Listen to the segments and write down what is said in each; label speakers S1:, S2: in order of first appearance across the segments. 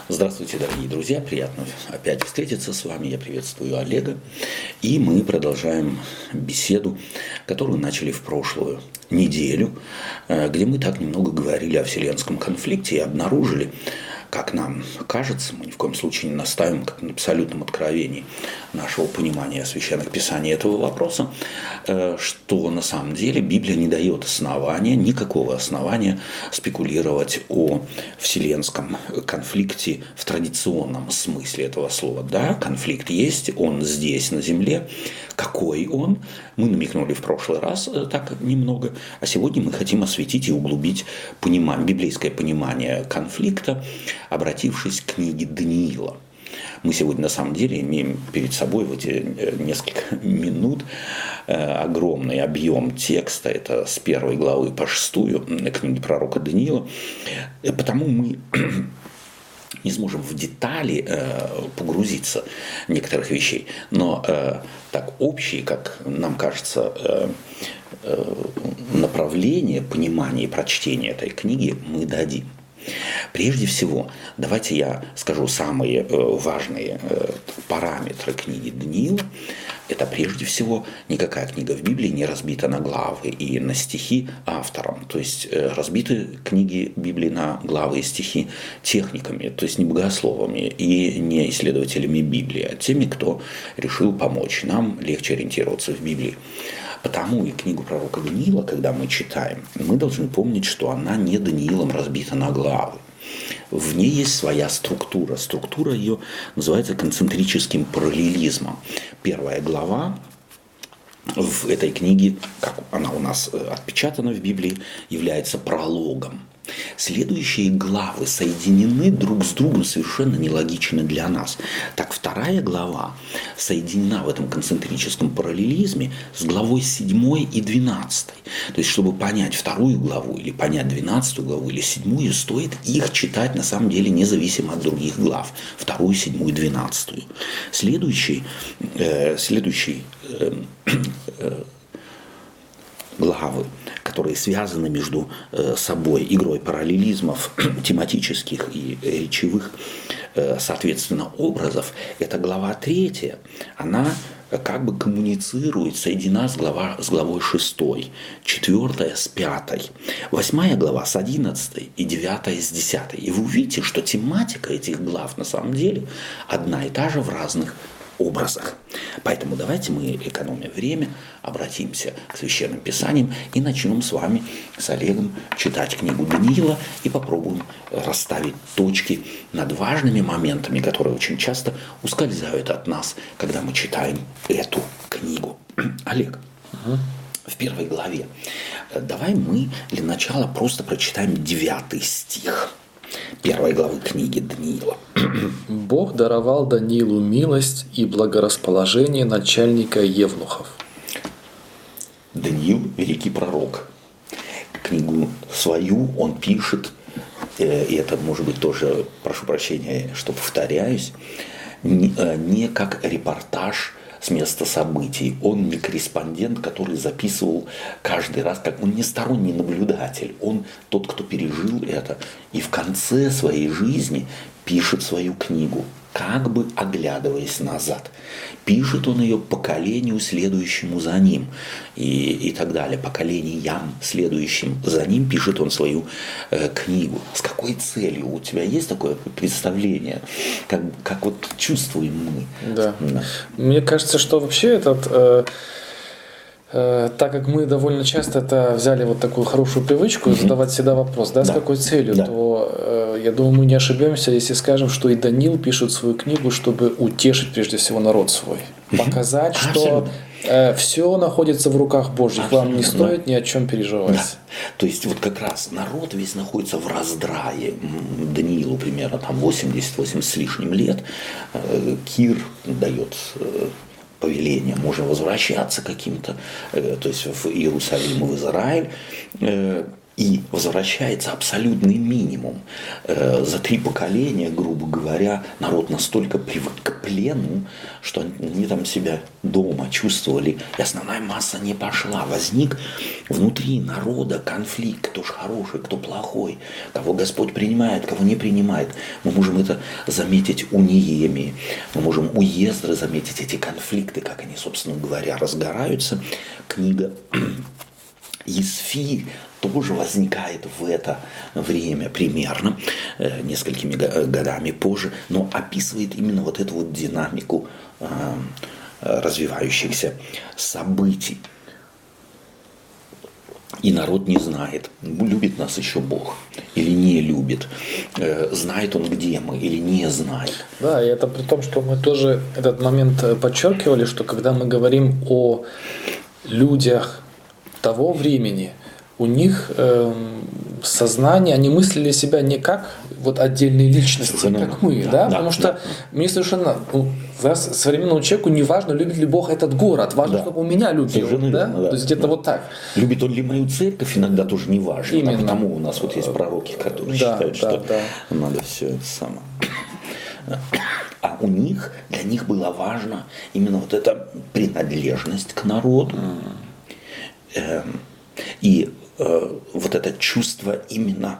S1: Здравствуйте, дорогие друзья, приятно опять встретиться с вами, я приветствую Олега. И мы продолжаем беседу, которую начали в прошлую неделю, где мы так немного говорили о вселенском конфликте и обнаружили, как нам кажется, мы ни в коем случае не настаиваем как на абсолютном откровении нашего понимания священных писаний этого вопроса, что на самом деле Библия не дает основания, никакого основания спекулировать о вселенском конфликте в традиционном смысле этого слова. Да, конфликт есть, он здесь, на земле. Какой он? Мы намекнули в прошлый раз так немного, а сегодня мы хотим осветить и углубить библейское понимание конфликта, обратившись к книге Даниила. Мы сегодня на самом деле имеем перед собой в эти несколько минут огромный объем текста, это с 1 главы по 6 книги пророка Даниила, потому мы не сможем в детали погрузиться в некоторых вещей, но так общие, как нам кажется, направление понимания и прочтения этой книги мы дадим. Прежде всего, давайте я скажу самые важные параметры книги Даниила. Это прежде всего никакая книга в Библии не разбита на главы и на стихи автором. То есть разбиты книги Библии на главы и стихи техниками, то есть не богословами и не исследователями Библии, а теми, кто решил помочь нам легче ориентироваться в Библии. Потому и книгу пророка Даниила, когда мы читаем, мы должны помнить, что она не Даниилом разбита на главы. В ней есть своя структура. Структура ее называется концентрическим параллелизмом. Первая глава в этой книге, как она у нас отпечатана в Библии, является прологом. Следующие главы соединены друг с другом совершенно нелогично для нас. Так, вторая глава соединена в этом концентрическом параллелизме с главой 7 и 12. То есть, чтобы понять вторую главу или понять 12 главу или 7, стоит их читать на самом деле независимо от других глав. 2, 7 и 12. Следующий главы, которые связаны между собой игрой параллелизмов тематических и речевых, соответственно, образов, это глава 3, она как бы коммуницирует, соединена с главой 6, 4 с 5, 8 глава с 11 и 9 с 10. И вы увидите, что тематика этих глав на самом деле одна и та же в разных образах. Поэтому давайте мы, экономя время, обратимся к священным писаниям и начнем с вами, с Олегом, читать книгу Даниила и попробуем расставить точки над важными моментами, которые очень часто ускользают от нас, когда мы читаем эту книгу. Олег, в 1 главе давай мы для начала просто прочитаем 9 стих 1 главы книги Даниила.
S2: Бог даровал Даниилу милость и благорасположение начальника евнухов.
S1: Даниил – великий пророк. Книгу свою он пишет, и это, может быть, тоже, прошу прощения, что повторяюсь, не как репортаж с места событий. Он не корреспондент, который записывал каждый раз, как он не сторонний наблюдатель. Он тот, кто пережил это, и в конце своей жизни пишет свою книгу, как бы оглядываясь назад. Пишет он ее поколению, следующему за ним, и так далее. Поколениям, следующим за ним, пишет он свою книгу. С какой целью? У тебя есть такое представление? Как вот чувствуем мы?
S2: Да. Мне кажется, что вообще этот... Так как мы довольно часто это взяли вот такую хорошую привычку задавать всегда вопрос, с какой целью, то я думаю, мы не ошибемся, если скажем, что и Даниил пишет свою книгу, чтобы утешить прежде всего народ свой, показать, что все находится в руках Божьих, вам не стоит ни о чем переживать.
S1: Да. То есть вот как раз народ весь находится в раздрае. Даниилу примерно там 88 с лишним лет. Кир дает повеление, можно возвращаться каким-то, то есть в Иерусалим и в Израиль. И возвращается абсолютный минимум. За 3 поколения, грубо говоря, народ настолько привык к плену, что они там себя дома чувствовали, и основная масса не пошла. Возник внутри народа конфликт, кто ж хороший, кто плохой, кого Господь принимает, кого не принимает. Мы можем это заметить у Неемии, мы можем у Ездры заметить эти конфликты, как они, собственно говоря, разгораются. Книга Есфирь тоже возникает в это время примерно, несколькими годами позже, но описывает именно вот эту вот динамику развивающихся событий. И народ не знает, любит нас еще Бог или не любит, знает Он, где мы или не знает.
S2: Да, и это при том, что мы тоже этот момент подчеркивали, что когда мы говорим о людях того времени, у них сознание, они мыслили себя не как вот отдельные личности, как мы, да? Потому что мне совершенно современному человеку не важно, любит ли Бог этот город, важно, чтобы он меня любил, да? То есть где-то вот так.
S1: Любит он ли мою церковь, иногда тоже не важно. Именно. Потому у нас вот есть пророки, которые считают, что надо все это самое. А у них, для них было важно именно вот эта принадлежность к народу. И вот это чувство именно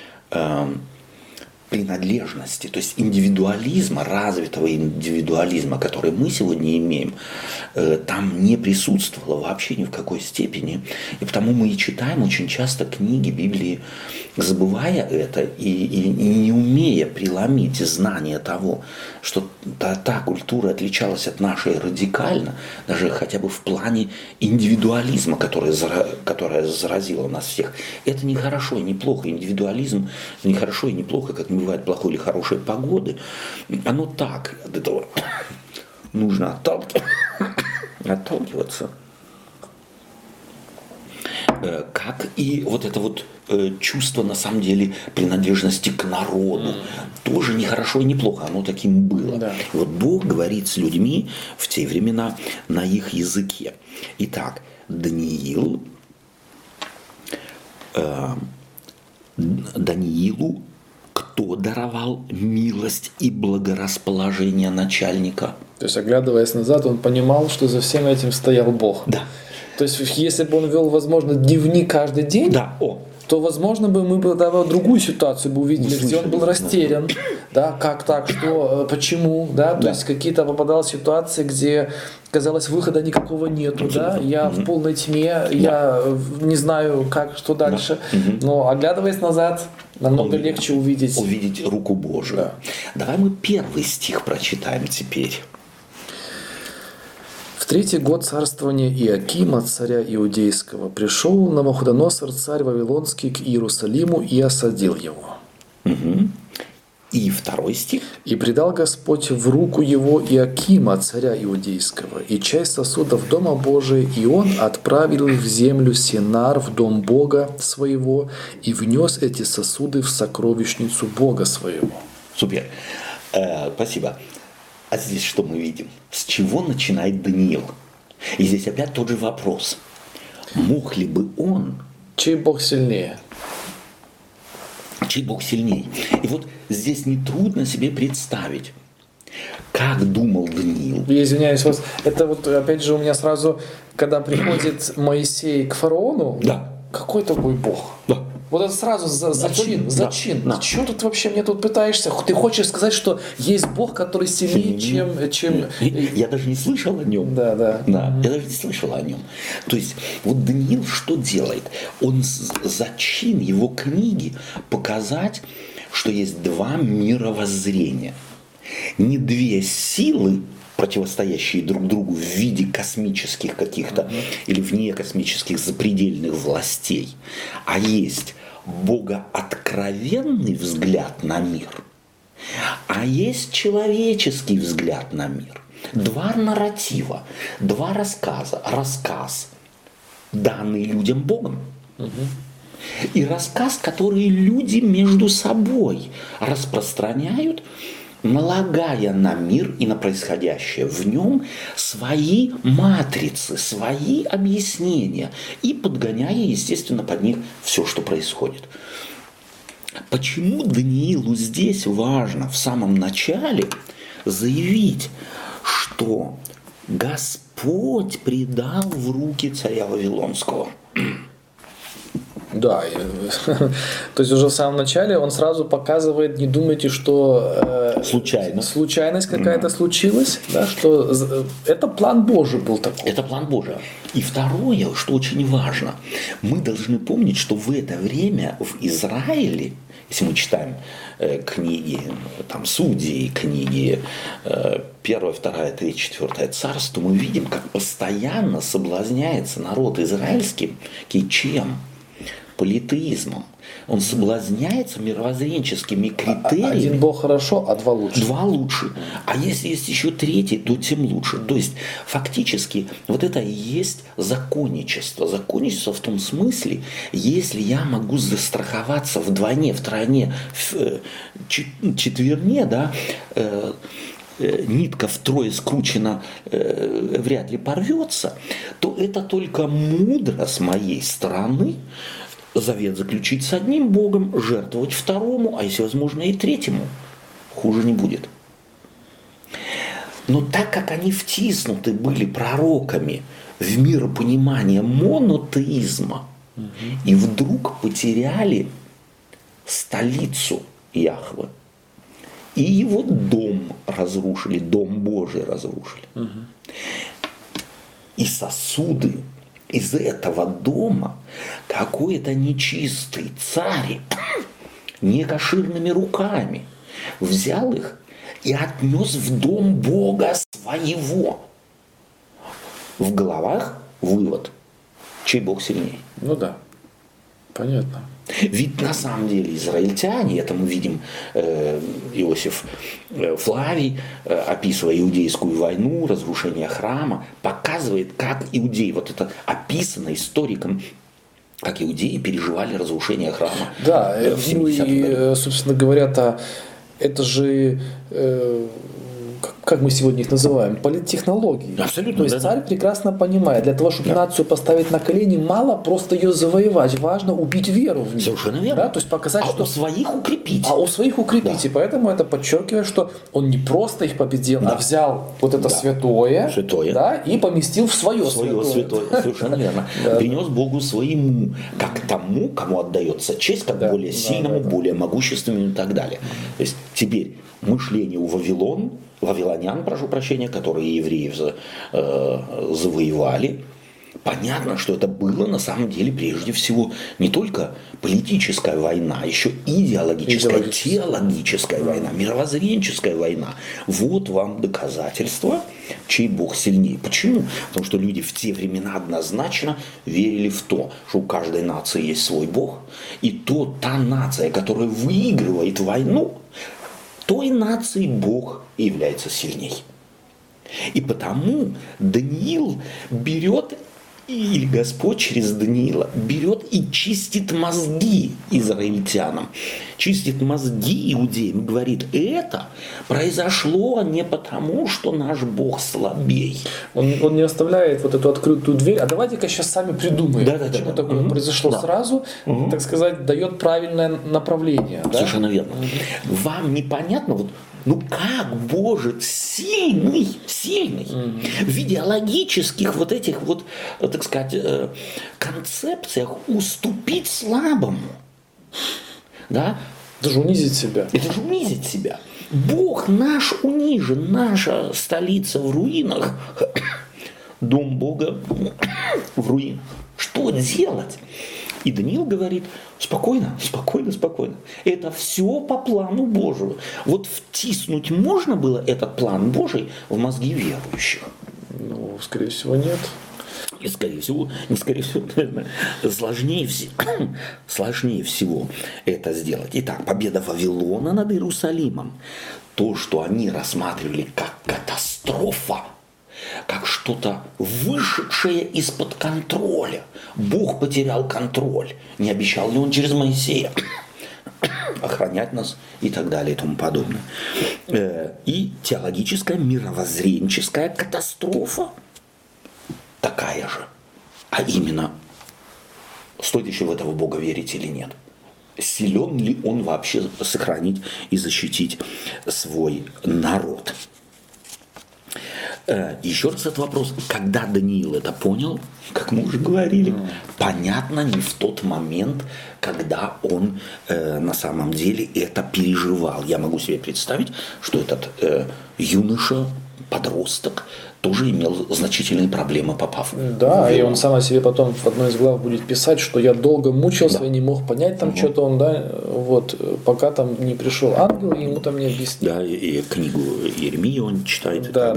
S1: принадлежности, то есть индивидуализма, развитого индивидуализма, который мы сегодня имеем, там не присутствовало вообще ни в какой степени. И потому мы и читаем очень часто книги Библии, забывая это и не умея преломить знание того, что та культура отличалась от нашей радикально, даже хотя бы в плане индивидуализма, которая заразила нас всех. Это не хорошо и не плохо. Индивидуализм не хорошо и не плохо, как не бывает плохой или хорошей погоды. Оно так, от этого нужно отталкиваться. Как и вот это вот чувство, на самом деле, принадлежности к народу. Тоже не хорошо и не плохо, оно таким было. Да. Вот Бог говорит с людьми в те времена на их языке. Итак, Даниилу кто даровал милость и благорасположение начальника?
S2: То есть, оглядываясь назад, он понимал, что за всем этим стоял Бог.
S1: Да.
S2: То есть, если бы он вел, возможно, дневник каждый день, то, возможно, мы бы другую ситуацию бы увидели, где он был растерян, да, как так, что, почему, да, то есть какие-то попадал ситуации, где, казалось, выхода никакого нету, да, я в полной тьме, я не знаю, как, что дальше, но, оглядываясь назад, намного легче
S1: увидеть руку Божию. Да. Давай мы 1 стих прочитаем теперь.
S2: В 3-й год царствования Иакима, царя Иудейского, пришел Навуходоносор, царь Вавилонский, к Иерусалиму и осадил его.
S1: Угу. И 2 стих.
S2: «И предал Господь в руку его Иакима, царя Иудейского, и часть сосудов Дома Божия, и он отправил их в землю Синар, в дом Бога своего, и внес эти сосуды в сокровищницу Бога своего».
S1: Супер. Спасибо. А здесь что мы видим? С чего начинает Даниил? И здесь опять тот же вопрос. Мог ли бы он...
S2: Чей Бог сильнее?
S1: Чей Бог сильнее? И вот здесь нетрудно себе представить, как думал Даниил.
S2: Я извиняюсь вас, это вот опять же у меня сразу, когда приходит Моисей к фараону, какой такой Бог? Вот это сразу зачин. Да. Чего тут вообще мне тут пытаешься? Ты хочешь сказать, что есть Бог, который сильнее, чем...
S1: Я даже не слышал о нем.
S2: Да.
S1: Я даже не слышал о нем. То есть вот Даниил что делает? Он зачин его книги показать, что есть 2 мировоззрения. Не 2 силы, противостоящие друг другу в виде космических каких-то или внекосмических запредельных властей, а есть богооткровенный взгляд на мир, а есть человеческий взгляд на мир. 2 нарратива, 2 рассказа. Рассказ, данный людям Богом, и рассказ, который люди между собой распространяют налагая на мир и на происходящее в нем свои матрицы, свои объяснения и подгоняя, естественно, под них все, что происходит. Почему Даниилу здесь важно в самом начале заявить, что Господь предал в руки царя Вавилонского?
S2: Да, то есть уже в самом начале он сразу показывает, не думайте, что случайность какая-то случилась, да, что это план Божий был такой.
S1: Это план Божий. И второе, что очень важно, мы должны помнить, что в это время в Израиле, если мы читаем книги там, Судей, книги 1, 2, 3, 4 царство, мы видим, как постоянно соблазняется народ израильский чем? Политеизмом. Он соблазняется мировоззренческими критериями.
S2: Один Бог хорошо, а два лучше.
S1: Два лучше. А если есть еще третий, то тем лучше. То есть фактически вот это и есть законничество. Законничество в том смысле, если я могу застраховаться вдвойне, втройне, в четверне, да, нитка втрое скручена, вряд ли порвется, то это только мудро с моей стороны завет заключить с одним Богом, жертвовать второму, а если возможно и третьему. Хуже не будет. Но так как они втиснуты были пророками в миропонимание монотеизма, и вдруг потеряли столицу Яхве, и его дом разрушили, дом Божий разрушили. И сосуды из этого дома какой-то нечистый царь некошерными руками взял их и отнес в дом Бога своего. В головах вывод, чей Бог сильнее.
S2: Ну да, понятно.
S1: Ведь на самом деле израильтяне, это мы видим Иосиф Флавий, описывая иудейскую войну, разрушение храма, показывает, как иудеи, вот это описано историком, как иудеи переживали разрушение храма.
S2: Да, ну и, собственно говоря, это же, как мы сегодня их называем, политтехнологии.
S1: Абсолютно.
S2: То есть царь прекрасно понимает, для того, чтобы нацию поставить на колени, мало просто ее завоевать, важно убить веру в них.
S1: Совершенно верно.
S2: Да? То есть показать, что
S1: у своих укрепить.
S2: А у своих укрепить. Да. И поэтому это подчеркивает, что он не просто их победил, а взял вот это святое, да, и поместил в свое святое.
S1: Совершенно верно. Принес Богу своему, как тому, кому отдается честь, как более сильному, более могущественному и так далее. То есть теперь мышление у вавилонян, прошу прощения, которые евреев завоевали, понятно, что это было на самом деле прежде всего не только политическая война, а еще идеологическая, теологическая война, мировоззренческая война. Вот вам доказательство, чей Бог сильнее. Почему? Потому что люди в те времена однозначно верили в то, что у каждой нации есть свой Бог, и та нация, которая выигрывает войну, той нации Бог является сильней. И потому Даниил берет, или Господь через Даниила берет и чистит мозги израильтянам, чистит мозги иудеям, говорит, это произошло не потому, что наш Бог слабей.
S2: Он не оставляет вот эту открытую дверь, а давайте-ка сейчас сами придумаем, почему такое произошло сразу, так сказать, дает правильное направление.
S1: Совершенно верно. Вам непонятно, как Боже сильный в идеологических вот этих так сказать, концепциях уступить слабому. Да?
S2: Это же унизить себя.
S1: Это же унизить себя. Бог наш унижен, наша столица в руинах, дом Бога в руинах. Что делать? И Даниил говорит, спокойно. Это все по плану Божию. Втиснуть можно было этот план Божий в мозги верующих?
S2: Скорее всего, нет.
S1: И, скорее всего, наверное, сложнее всего это сделать. Итак, победа Вавилона над Иерусалимом. То, что они рассматривали как катастрофа, как что-то вышедшее из-под контроля. Бог потерял контроль. Не обещал ли он через Моисея? охранять нас и так далее и тому подобное. И теологическая, мировоззренческая катастрофа такая же. А именно, стоит еще в этого Бога верить или нет? Силен ли он вообще сохранить и защитить свой народ? Еще раз этот вопрос, когда Даниил это понял, как мы уже говорили, понятно, не в тот момент, когда он на самом деле это переживал. Я могу себе представить, что этот юноша, подросток, тоже имел значительные проблемы, попав в
S2: Да, и он сам о себе потом в одной из глав будет писать, что я долго мучился,
S1: да.
S2: не мог понять там что-то он, да, вот, пока там не пришел ангел, и ему там не объяснил.
S1: Да, и книгу Иеремии он читает.
S2: Да.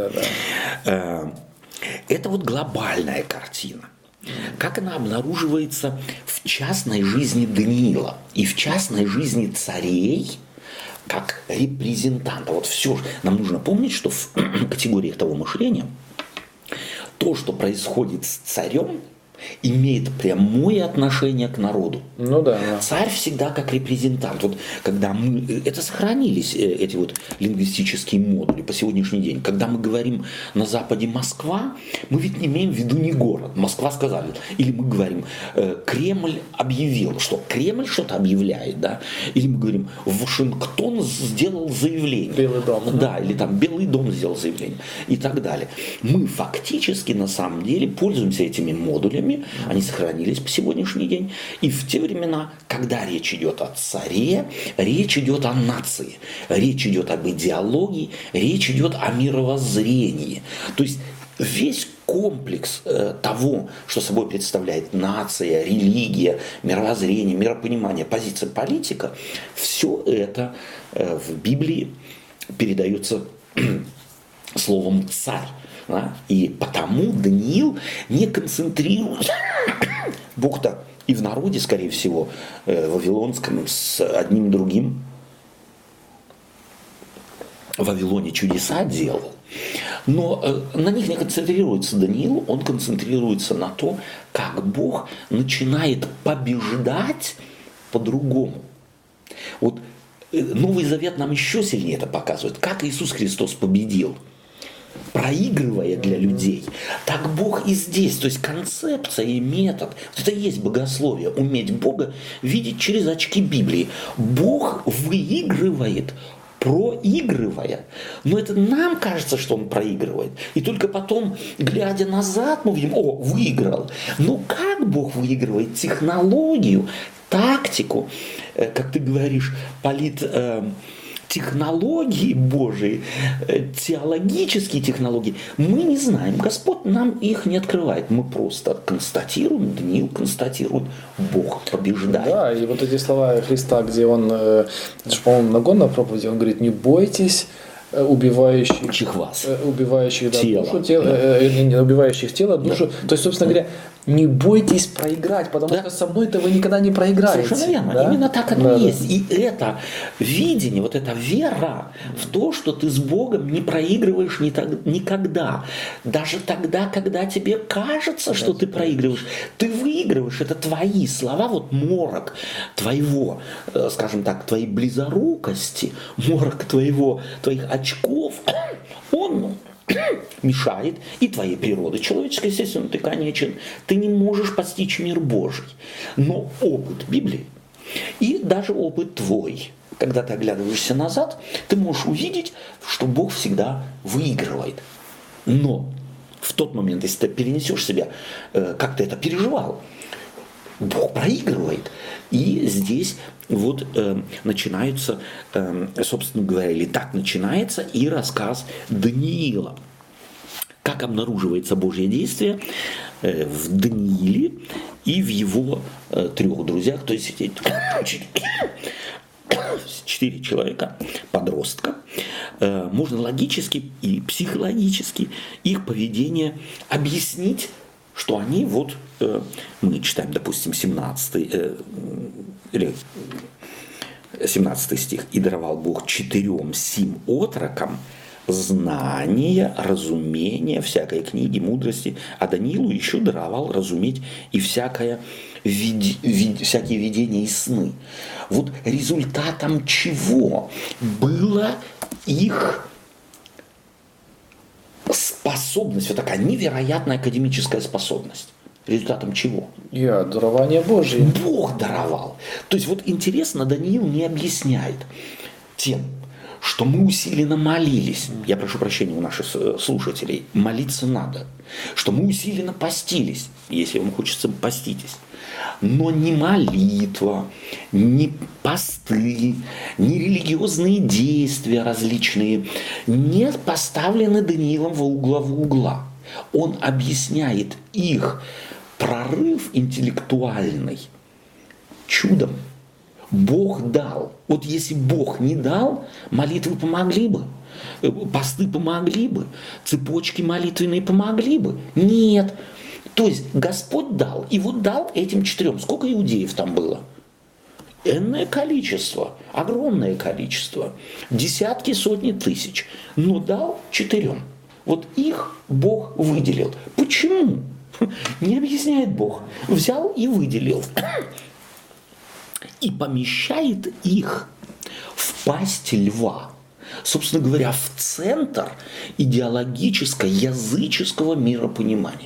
S1: Это вот глобальная картина. Как она обнаруживается в частной жизни Даниила и в частной жизни царей, как репрезентанта. Вот все же нам нужно помнить, что в категориях того мышления то, что происходит с царем, имеет прямое отношение к народу.
S2: Ну да.
S1: Царь всегда как репрезентант. Вот когда это сохранились эти вот лингвистические модули по сегодняшний день. Когда мы говорим на Западе Москва, мы ведь не имеем в виду не город. Москва сказали. Или мы говорим Кремль объявил, что Кремль что-то объявляет, да? Или мы говорим Вашингтон сделал заявление.
S2: Белый дом.
S1: Да, или там Белый дом сделал заявление. И так далее. Мы фактически на самом деле пользуемся этими модулями. Они сохранились по сегодняшний день. И в те времена, когда речь идет о царе, речь идет о нации, речь идет об идеологии, речь идет о мировоззрении. То есть весь комплекс того, что собой представляет нация, религия, мировоззрение, миропонимание, позиция политика, все это в Библии передается словом «царь». Да? И потому Даниил не концентрируется, Бог-то и в народе, скорее всего, вавилонском, с одним другим в Вавилоне чудеса делал. Но на них не концентрируется Даниил, он концентрируется на том, как Бог начинает побеждать по-другому. Вот Новый Завет нам еще сильнее это показывает, как Иисус Христос победил. Проигрывая для людей, так Бог и здесь. То есть концепция и метод, вот это и есть богословие, уметь Бога видеть через очки Библии. Бог выигрывает, проигрывая. Но это нам кажется, что он проигрывает. И только потом, глядя назад, мы видим, выиграл. Но как Бог выигрывает? Технологию, тактику, как ты говоришь, технологии Божии, теологические технологии, мы не знаем. Господь нам их не открывает. Мы просто констатируем, Даниил констатирует, Бог побеждает.
S2: Да, и вот эти слова Христа, где он, это же, по-моему, на Нагорной проповеди, он говорит, не бойтесь убивающих
S1: вас,
S2: убивающих
S1: тело,
S2: душу, убивающих тело, душу. Да. То есть, собственно говоря, не бойтесь проиграть, потому что со мной-то вы никогда не проиграете.
S1: Совершенно верно. Да? Именно так оно и есть. И это видение, вот эта вера в то, что ты с Богом не проигрываешь никогда. Даже тогда, когда тебе кажется, что ты проигрываешь, ты выигрываешь. Это твои слова, вот морок твоего, скажем так, твоей близорукости, морок твоих очков, он мешает и твоей природы человеческой, естественно, ты конечен, ты не можешь постичь мир Божий. Но опыт Библии и даже опыт твой, когда ты оглядываешься назад, ты можешь увидеть, что Бог всегда выигрывает. Но в тот момент, если ты перенесешь себя, как ты это переживал, Бог проигрывает. И здесь вот начинаются, собственно говоря, или так начинается и рассказ Даниила. Как обнаруживается Божье действие в Данииле и в его 3 друзьях, то есть 4 человека, подростка. Можно логически и психологически их поведение объяснить, что они вот, мы читаем, допустим, 17 стих, «И даровал Бог 4 сим отрокам знание, разумение всякой книги, мудрости, а Даниилу еще даровал разуметь и всякие видения и сны. Вот результатом чего была их способность, вот такая невероятная академическая способность. Результатом чего?
S2: Дарование Божие.
S1: Бог даровал. То есть вот интересно, Даниил не объясняет тем, что мы усиленно молились. Я прошу прощения у наших слушателей. Молиться надо. Что мы усиленно постились. Если вам хочется, поститесь. Но ни молитва, ни посты, ни религиозные действия различные не поставлены Даниилом во главу угла. Он объясняет их прорыв интеллектуальный чудом. Бог дал. Вот если Бог не дал, молитвы помогли бы, посты помогли бы, цепочки молитвенные помогли бы. Нет. То есть Господь дал. И вот дал этим 4. Сколько иудеев там было? Энное количество, огромное количество. Десятки, сотни тысяч. Но дал 4. Вот их Бог выделил. Почему? Не объясняет Бог. Взял и выделил. И помещает их в пасть льва. Собственно говоря, в центр идеологическо-языческого миропонимания.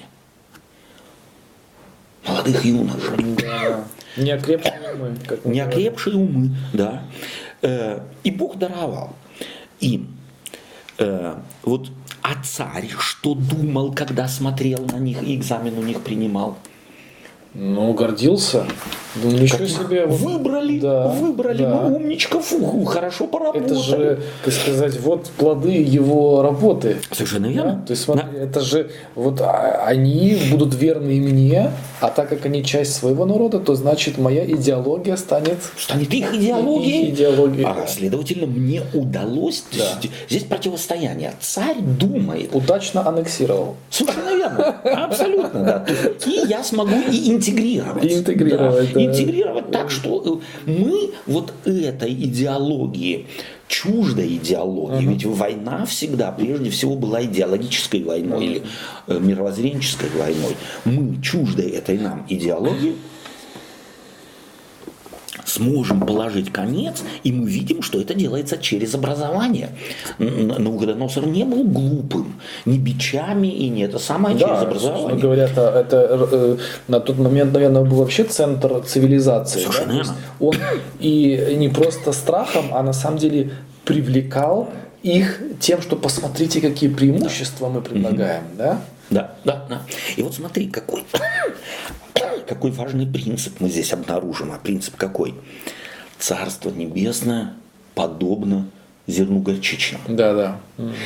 S1: Молодых юношей.
S2: Да. Неокрепшие умы.
S1: Неокрепшие умы, да. И Бог даровал им. Вот, а царь что думал, когда смотрел на них и экзамен у них принимал?
S2: Ну, гордился. Ну, ничего себе.
S1: Выбрали, да. Ну, умничка, хорошо поработали.
S2: Это же, как сказать, вот плоды его работы.
S1: Совершенно верно.
S2: Да? То есть, смотри, это же, вот они будут верны мне, а так как они часть своего народа, то значит моя идеология станет
S1: их идеологией.
S2: Да.
S1: Следовательно, мне удалось, здесь противостояние. Царь думает.
S2: Удачно аннексировал.
S1: Совершенно верно. Абсолютно, да. И я смогу и интегрировать. Интегрировать так, что мы вот этой идеологии, чуждой идеологии, ведь война всегда прежде всего была идеологической войной или мировоззренческой войной. Мы чуждой этой нам идеологии сможем положить конец, и мы видим, что это делается через образование. Навуходоносор не был глупым, ни бичами, и не это самое через образование.
S2: Говорят, это на тот момент, наверное, был вообще центр цивилизации.
S1: Совершенно верно.
S2: Он и не просто страхом, а на самом деле привлекал их тем, что посмотрите, какие преимущества мы предлагаем. Да?
S1: Да. И вот смотри, какой важный принцип мы здесь обнаружим. А принцип какой? Царство небесное подобно зерну горчичному.
S2: Да.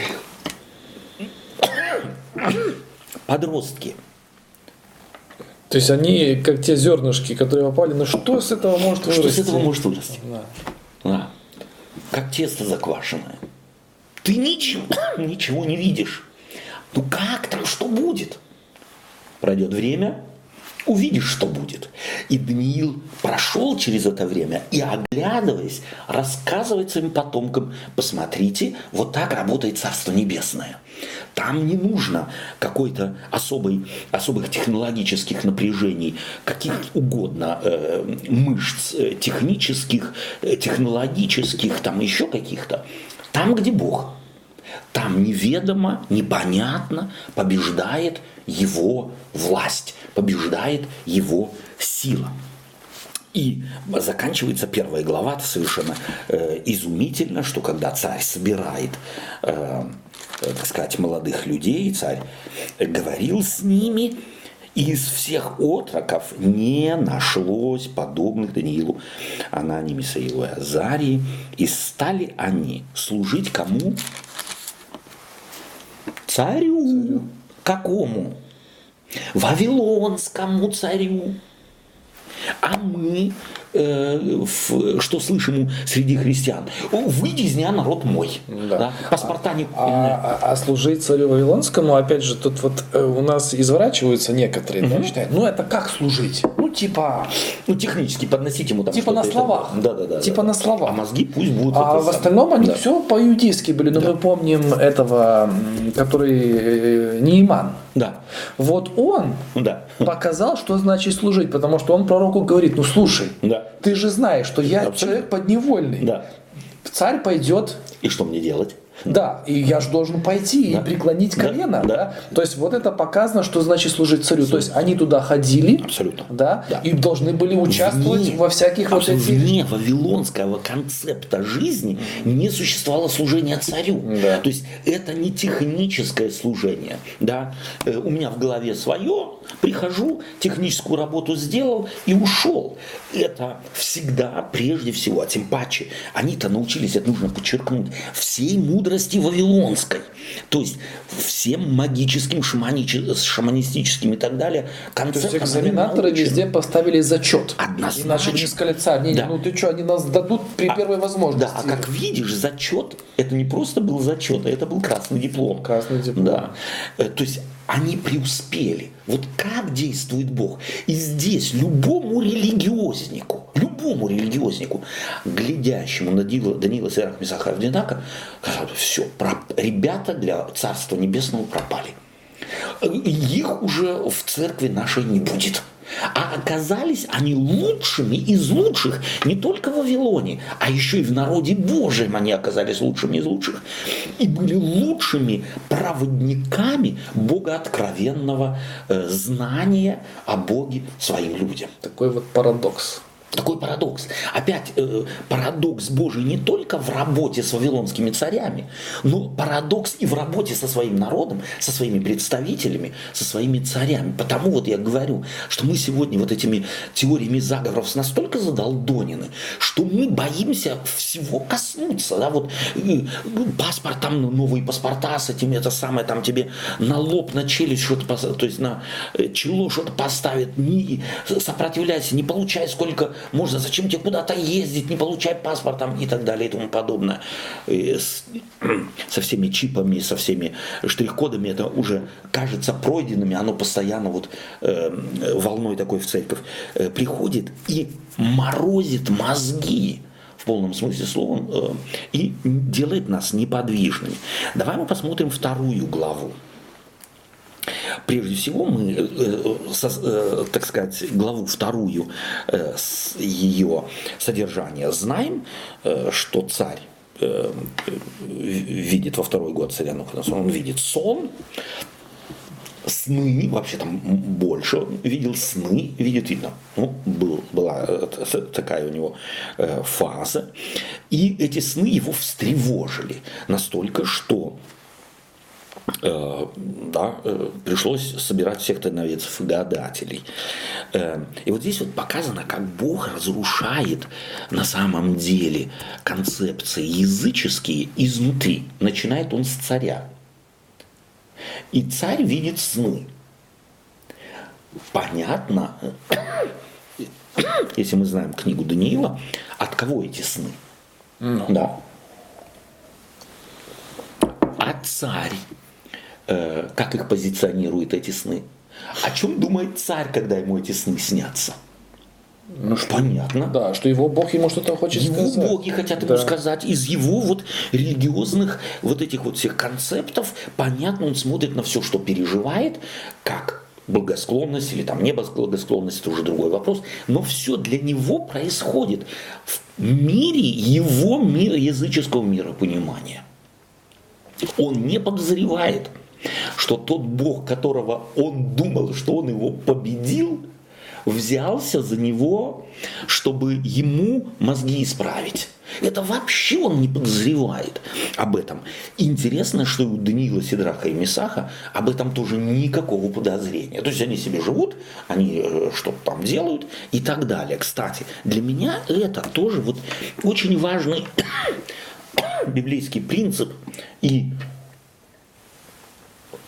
S1: Подростки.
S2: То есть они как те зернышки, которые попали, но что с этого может вырасти?
S1: Что с этого может вырасти? Да. Как тесто заквашенное. Ты ничего не видишь. Ну как там, что будет? Пройдет время, увидишь, что будет. И Даниил прошел через это время и, оглядываясь, рассказывает своим потомкам: посмотрите, вот так работает Царство Небесное. Там не нужно какой-то особых технологических напряжений, каких угодно мышц технических, технологических, там еще каких-то. Там, где Бог. Там неведомо, непонятно побеждает его власть, побеждает его сила. И заканчивается 1 глава совершенно изумительно, что когда царь собирает, так сказать, молодых людей, царь говорил с ними, и из всех отроков не нашлось подобных Даниилу, Анании, Мисаилу и Азарии, и стали они служить кому? Царю. Какому? Вавилонскому царю. А мы что слышим среди христиан. Выйди из нее, народ мой. Да. Паспорта не...
S2: А служить царю Вавилонскому, опять же, тут вот у нас изворачиваются некоторые, да, считают, это как служить?
S1: технически подносить ему там
S2: типа на словах.
S1: Да.
S2: На словах.
S1: А мозги пусть будут.
S2: А в остальном они все по-иудейски были. Но мы помним этого, который Неиман.
S1: Да.
S2: Вот он показал, что значит служить, потому что он пророку говорит, слушай, ты же знаешь, что я человек подневольный.
S1: Да.
S2: Царь пойдет.
S1: И что мне делать?
S2: Да, и я же должен пойти и преклонить колено. Да. То есть вот это показано, что значит служить царю. То есть они туда ходили.
S1: Абсолютно.
S2: Да, и должны были участвовать во всяких вот этих...
S1: Вне вавилонского концепта жизни не существовало служение царю.
S2: Да.
S1: То есть это не техническое служение. Да? У меня в голове свое, прихожу, техническую работу сделал и ушел. Это всегда прежде всего, а тем паче, они-то научились, это нужно подчеркнуть, всей мудрости вавилонской, то есть всем магическим, шаманистическим и так далее концептам.
S2: То есть экзаменаторы везде поставили зачет.
S1: Однозначно.
S2: Иначе не сказали, царь, ты что, они нас дадут при первой возможности.
S1: Да, а как видишь, зачет, это не просто был зачет, а это был красный диплом.
S2: Красный диплом.
S1: Да. То есть они преуспели. Вот как действует Бог. И здесь любому религиознику, глядящему на Даниила, Сидраха, Месаха и Авденаго, все, ребята для Царства Небесного пропали. Их уже в церкви нашей не будет. А оказались они лучшими из лучших не только в Вавилоне, а еще и в народе Божьем они оказались лучшими из лучших. И были лучшими проводниками богооткровенного знания о Боге своим людям.
S2: Такой вот парадокс.
S1: Такой парадокс. Опять парадокс Божий не только в работе с вавилонскими царями, но парадокс и в работе со своим народом, со своими представителями, со своими царями. Потому вот я говорю, что мы сегодня вот этими теориями заговоров настолько задолдонены, что мы боимся всего коснуться. Да? Вот паспорт, там новые паспорта с этим, это самое, там тебе на лоб, на челюсть что-то, то есть на чело что-то поставят, не сопротивляйся, не получай сколько можно, зачем тебе куда-то ездить, не получай паспорт там, и так далее и тому подобное. И со всеми чипами, со всеми штрих-кодами это уже кажется пройденными, оно постоянно вот волной такой в церковь приходит и морозит мозги в полном смысле слова и делает нас неподвижными. Давай мы посмотрим 2 главу. Прежде всего мы, так сказать, главу 2 ее содержания знаем, что царь видит во 2 год царя Навуходоносора, он видит сон, сны, вообще там больше, он видел сны, видно, была такая у него фаза, и эти сны его встревожили настолько, что пришлось собирать всех тайноведцев и гадателей. И вот здесь вот показано, как Бог разрушает на самом деле концепции языческие изнутри. Начинает он с царя. И царь видит сны. Понятно, если мы знаем книгу Даниила, от кого эти сны? Да. А царь, как их позиционирует эти сны? О чем думает царь, когда ему эти сны снятся? Понятно.
S2: Да, что его Бог ему что-то хочет сказать.
S1: Его боги хотят ему сказать. Из его вот религиозных вот этих вот всех концептов, понятно, он смотрит на все, что переживает, как благосклонность или там неблагосклонность, это уже другой вопрос. Но все для него происходит в мире его языческого миропонимания. Он не подозревает, что тот Бог, которого он думал, что он его победил, взялся за него, чтобы ему мозги исправить. Это вообще он не подозревает об этом. Интересно, что у Даниила, Сидраха и Месаха об этом тоже никакого подозрения. То есть они себе живут, они что-то там делают и так далее. Кстати, для меня это тоже вот очень важный библейский принцип и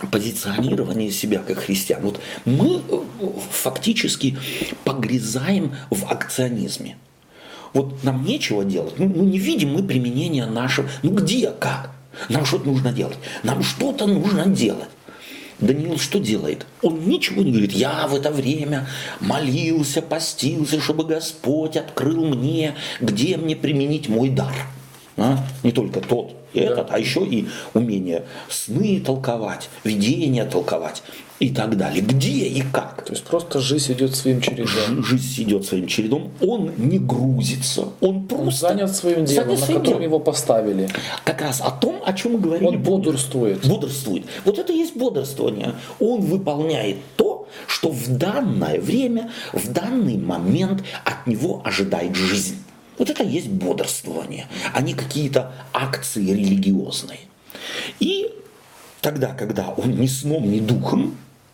S1: позиционирование себя как христиан. Вот мы фактически погрязаем в акционизме. Вот нам нечего делать, ну не видим мы применения нашего, ну где, как? Нам что-то нужно делать, нам что-то нужно делать. Даниил что делает? Он ничего не говорит. Я в это время молился, постился, чтобы Господь открыл мне, где мне применить мой дар. Не только тот, этот, а еще и умение сны толковать, видения толковать и так далее. Где и как?
S2: То есть просто жизнь идет своим чередом.
S1: Жизнь идет своим чередом. Он не грузится. Он просто
S2: занят своим делом, на котором его поставили.
S1: Как раз о том, о чем мы говорили.
S2: Он бодрствует.
S1: Бодрствует. Вот это и есть бодрствование. Он выполняет то, что в данное время, в данный момент от него ожидает жизнь. Вот это и есть бодрствование, а не какие-то акции религиозные. И тогда, когда он ни сном, ни духом,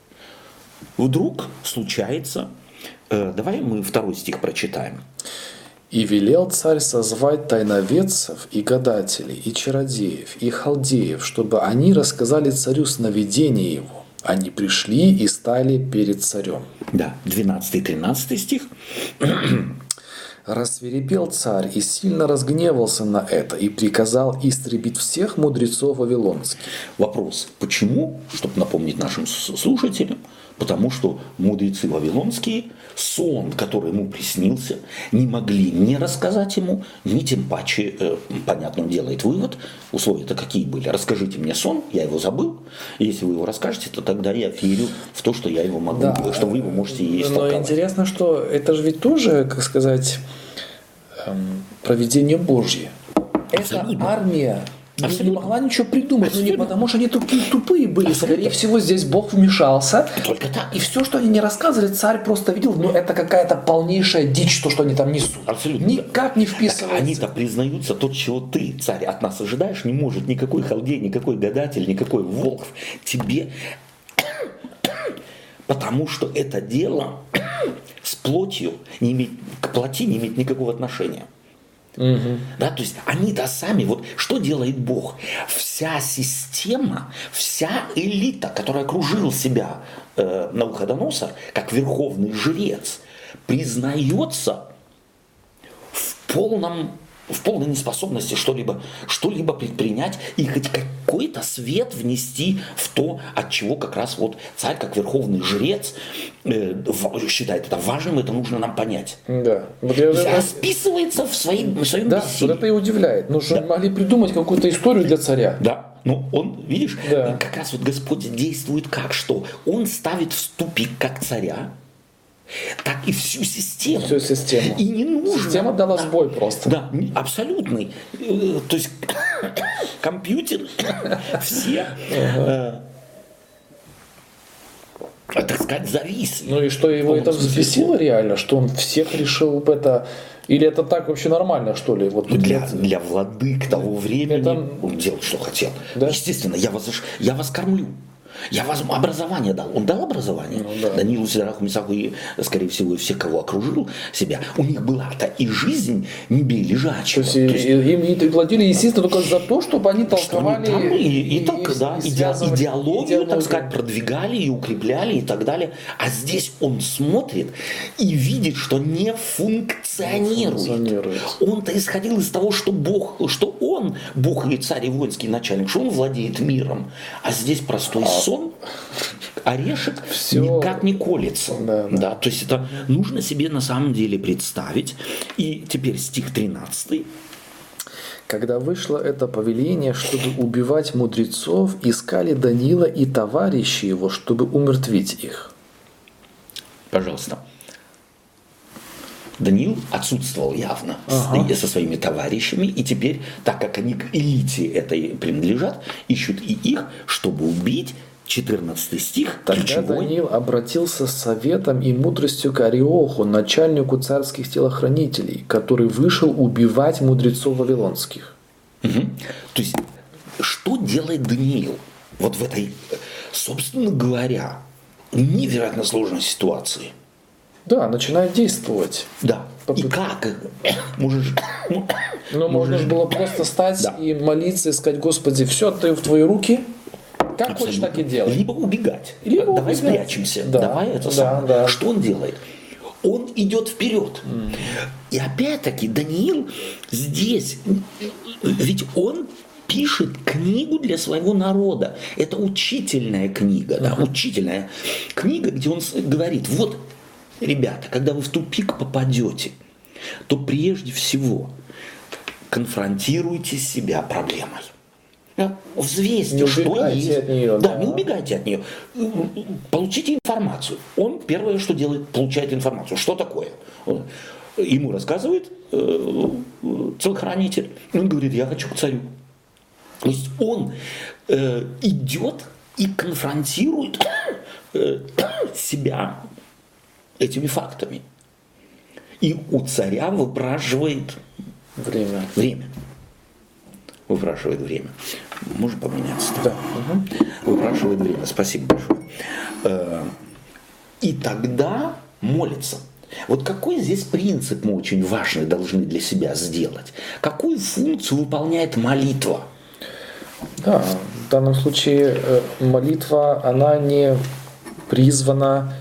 S1: вдруг случается, давай мы 2 стих прочитаем.
S2: «И велел царь созвать тайноведцев и гадателей, и чародеев, и халдеев, чтобы они рассказали царю сновидение его. Они пришли и стали перед царем».
S1: Да, 12-13 стих.
S2: «Рассвирепел царь и сильно разгневался на это, и приказал истребить всех мудрецов вавилонских».
S1: Вопрос, почему? Чтобы напомнить нашим слушателям. Потому что мудрецы вавилонские сон, который ему приснился, не могли ни рассказать ему, ни тем паче, понятно, он делает вывод. Условия-то какие были? Расскажите мне сон, я его забыл. И если вы его расскажете, то тогда я верю в то, что я его могу, что вы его можете и истолковать.
S2: Но интересно, что это же ведь тоже, как сказать, провидение Божье. Эта армия не могла ничего придумать, но не потому, что они такие тупые были. Скорее всего, здесь Бог вмешался.
S1: Только так.
S2: И все, что они не рассказывали, царь просто видел, ну это какая-то полнейшая дичь, то, что они там несут.
S1: Абсолютно.
S2: Никак не вписывается.
S1: Так они-то признаются, то, чего ты, царь, от нас ожидаешь, не может никакой халдей, никакой гадатель, никакой волк тебе, потому что это дело с плотью к плоти не имеет никакого отношения.
S2: Угу.
S1: Да, то есть они-то сами, вот что делает Бог? Вся система, вся элита, которая окружила себя Навуходоносор, как верховный жрец, признается в полной неспособности что-либо предпринять и хоть какой-то свет внести в то, от чего как раз вот царь, как верховный жрец, считает это важным, это нужно нам понять.
S2: Да. Вот
S1: расписывается в своем бессилии.
S2: Да, вот это и удивляет. Ну, что могли придумать какую-то историю для царя.
S1: Да. Но он, видишь, как раз вот Господь действует как что? Он ставит в тупик как царя, так и всю систему.
S2: Всю систему.
S1: И не нужно.
S2: Система дала сбой просто.
S1: Да, абсолютный. То есть компьютер, все, так сказать, зависли.
S2: Ну и что его это взбесило реально, что он всех решил это... Или это так вообще нормально, что ли? Вот
S1: для владык того времени он делал, что хотел. Да? Естественно, я вас кормлю. Я вам образование дал. Он дал образование. Даниилу, Сидраху, Месаху и, скорее всего, и всех, кого окружил себя. У них была-то и жизнь не бей лежачего.
S2: То есть им не платили, естественно, только за то, чтобы они толковали
S1: идеологию, так сказать, продвигали и укрепляли и так далее. А здесь он смотрит и видит, что не функционирует. Он-то исходил из того, что он, Бог и царь и воинский начальник, что он владеет миром. А здесь простой сон, орешек никак не колется. Да, то есть это нужно себе на самом деле представить. И теперь стих 13.
S2: «Когда вышло это повеление, чтобы убивать мудрецов, искали Даниила и товарищи его, чтобы умертвить их».
S1: Пожалуйста. Даниил отсутствовал явно со своими товарищами, и теперь, так как они к элите этой принадлежат, ищут и их, чтобы убить. 14 стих.
S2: Тогда
S1: ключевой.
S2: Даниил обратился с советом и мудростью к Ариоху, начальнику царских телохранителей, который вышел убивать мудрецов вавилонских.
S1: Угу. То есть, что делает Даниил вот в этой, собственно говоря, невероятно сложной ситуации?
S2: Да, начинает действовать.
S1: Да. И как?
S2: Можно же было просто стать и молиться, и сказать: Господи, все, ты в твои руки. Как хочешь, так и делай.
S1: Либо убегать. Давай спрячемся.
S2: Да.
S1: Давай это самое. Да. Что он делает? Он идет вперед. И опять-таки Даниил здесь, ведь он пишет книгу для своего народа. Это учительная книга, да, учительная книга, где он говорит, вот, ребята, когда вы в тупик попадете, то прежде всего конфронтируйте себя проблемой. Взвесьте, что есть.
S2: От нее,
S1: да, не убегайте от нее. Получите информацию. Он первое, что делает, получает информацию. Что такое? Ему рассказывает телохранитель. Он говорит, я хочу к царю. То есть он идет и конфронтирует себя этими фактами. И у царя выпрашивает время. Выпрашивает время. Можно поменяться?
S2: Да.
S1: Выпрашивает время. Спасибо большое. И тогда молится. Вот какой здесь принцип мы очень важный должны для себя сделать? Какую функцию выполняет молитва?
S2: Да, в данном случае молитва, она не призвана,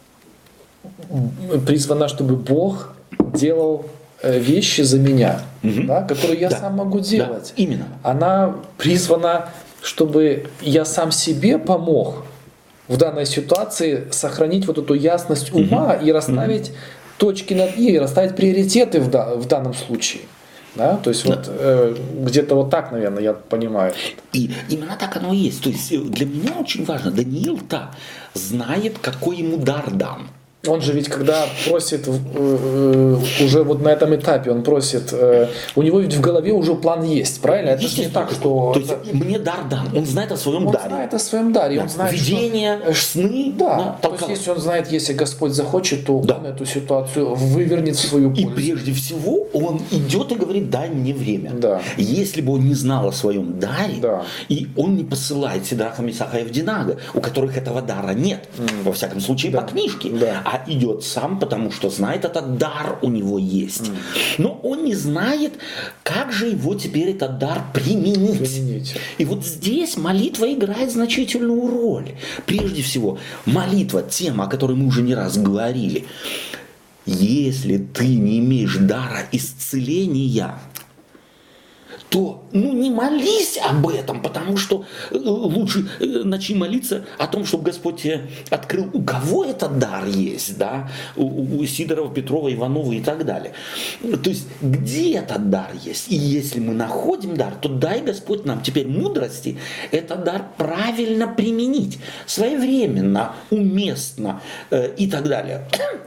S2: чтобы Бог делал вещи за меня, да, которые я сам могу делать.
S1: Да, именно.
S2: Она призвана, чтобы я сам себе помог в данной ситуации сохранить вот эту ясность ума и расставить точки над «и», расставить приоритеты в данном случае. Да? То есть вот где-то вот так, наверное, я понимаю.
S1: И именно так оно и есть. То есть для меня очень важно, Даниил-то знает, какой ему дар дан.
S2: Он же ведь когда просит, уже вот на этом этапе он просит, у него ведь в голове уже план есть, правильно? Это же не так, что...
S1: То есть мне дар дан, он знает о своем даре.
S2: Он знает о своем даре,
S1: да.
S2: Он знает,
S1: видение, сны.
S2: Да, то есть если он знает, если Господь захочет, то он эту ситуацию вывернет в свою пользу.
S1: И прежде всего он идет и говорит, дай мне время.
S2: Да.
S1: Если бы он не знал о своем даре, и он не посылает Сидраха, Мисаха и Авдинага, у которых этого дара нет, во всяком случае по книжке, а идет сам, потому что знает, этот дар у него есть. Но он не знает, как же его теперь этот дар применить. И вот здесь молитва играет значительную роль. Прежде всего, молитва, тема, о которой мы уже не раз говорили. Если ты не имеешь дара исцеления, то не молись об этом, потому что лучше начни молиться о том, чтобы Господь тебе открыл, у кого этот дар есть, да, у Сидорова, Петрова, Иванова и так далее. То есть, где этот дар есть? И если мы находим дар, то дай Господь нам теперь мудрости этот дар правильно применить, своевременно, уместно и так далее.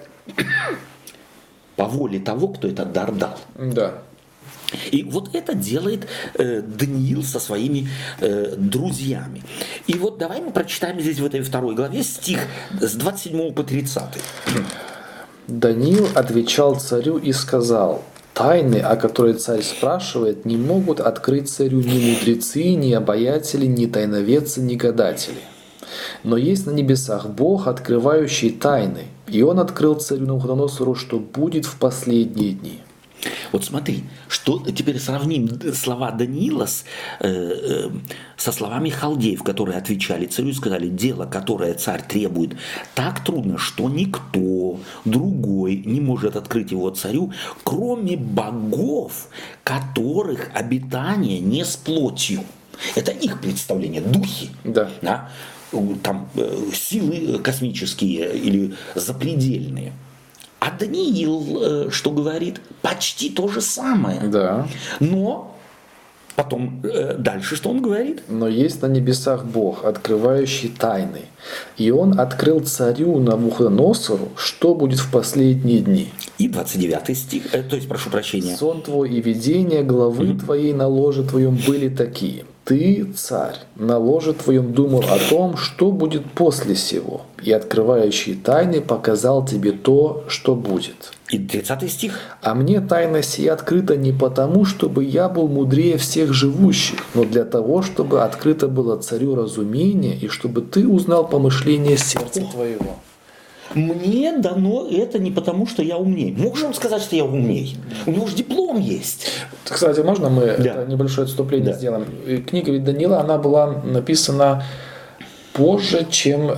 S1: По воле того, кто этот дар дал.
S2: Да.
S1: И вот это делает Даниил со своими друзьями. И вот давай мы прочитаем здесь в этой 2 главе стих с 27 по 30.
S2: Даниил отвечал царю и сказал: тайны, о которых царь спрашивает, не могут открыть царю ни мудрецы, ни обаятели, ни тайноведцы, ни гадатели. Но есть на небесах Бог, открывающий тайны, и он открыл царю Навуходоносору, что будет в последние дни.
S1: Вот смотри, что теперь сравним слова Даниила со словами халдеев, которые отвечали царю и сказали: дело, которое царь требует, так трудно, что никто другой не может открыть его царю, кроме богов, которых обитание не с плотью. Это их представление, духи.
S2: Да.
S1: Да? Там силы космические или запредельные. А Даниил, что говорит? Почти то же самое.
S2: Да.
S1: Но потом дальше что он говорит?
S2: Но есть на небесах Бог, открывающий тайны. И он открыл царю Навуходоносору, что будет в последние дни.
S1: И 29 стих, то есть, прошу прощения.
S2: Сон твой и видение главы твоей на ложе твоем были такие. Ты, царь, на ложе твоем думал о том, что будет после сего, и открывающий тайны показал тебе то, что будет.
S1: И 30 стих.
S2: А мне тайна сия открыта не потому, чтобы я был мудрее всех живущих, но для того, чтобы открыто было царю разумение, и чтобы ты узнал помышление сердца твоего.
S1: Мне дано это не потому, что я умней. Можем сказать, что я умней. У него же диплом есть.
S2: Кстати, можно мы это небольшое отступление сделаем? Книга ведь Даниила, она была написана позже, чем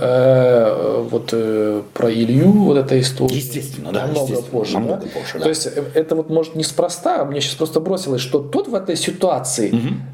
S2: про Илью, вот эта история.
S1: Естественно, да.
S2: Намного позже.
S1: Намного позже, да.
S2: То есть это вот может неспроста, мне сейчас просто бросилось, что тот в этой ситуации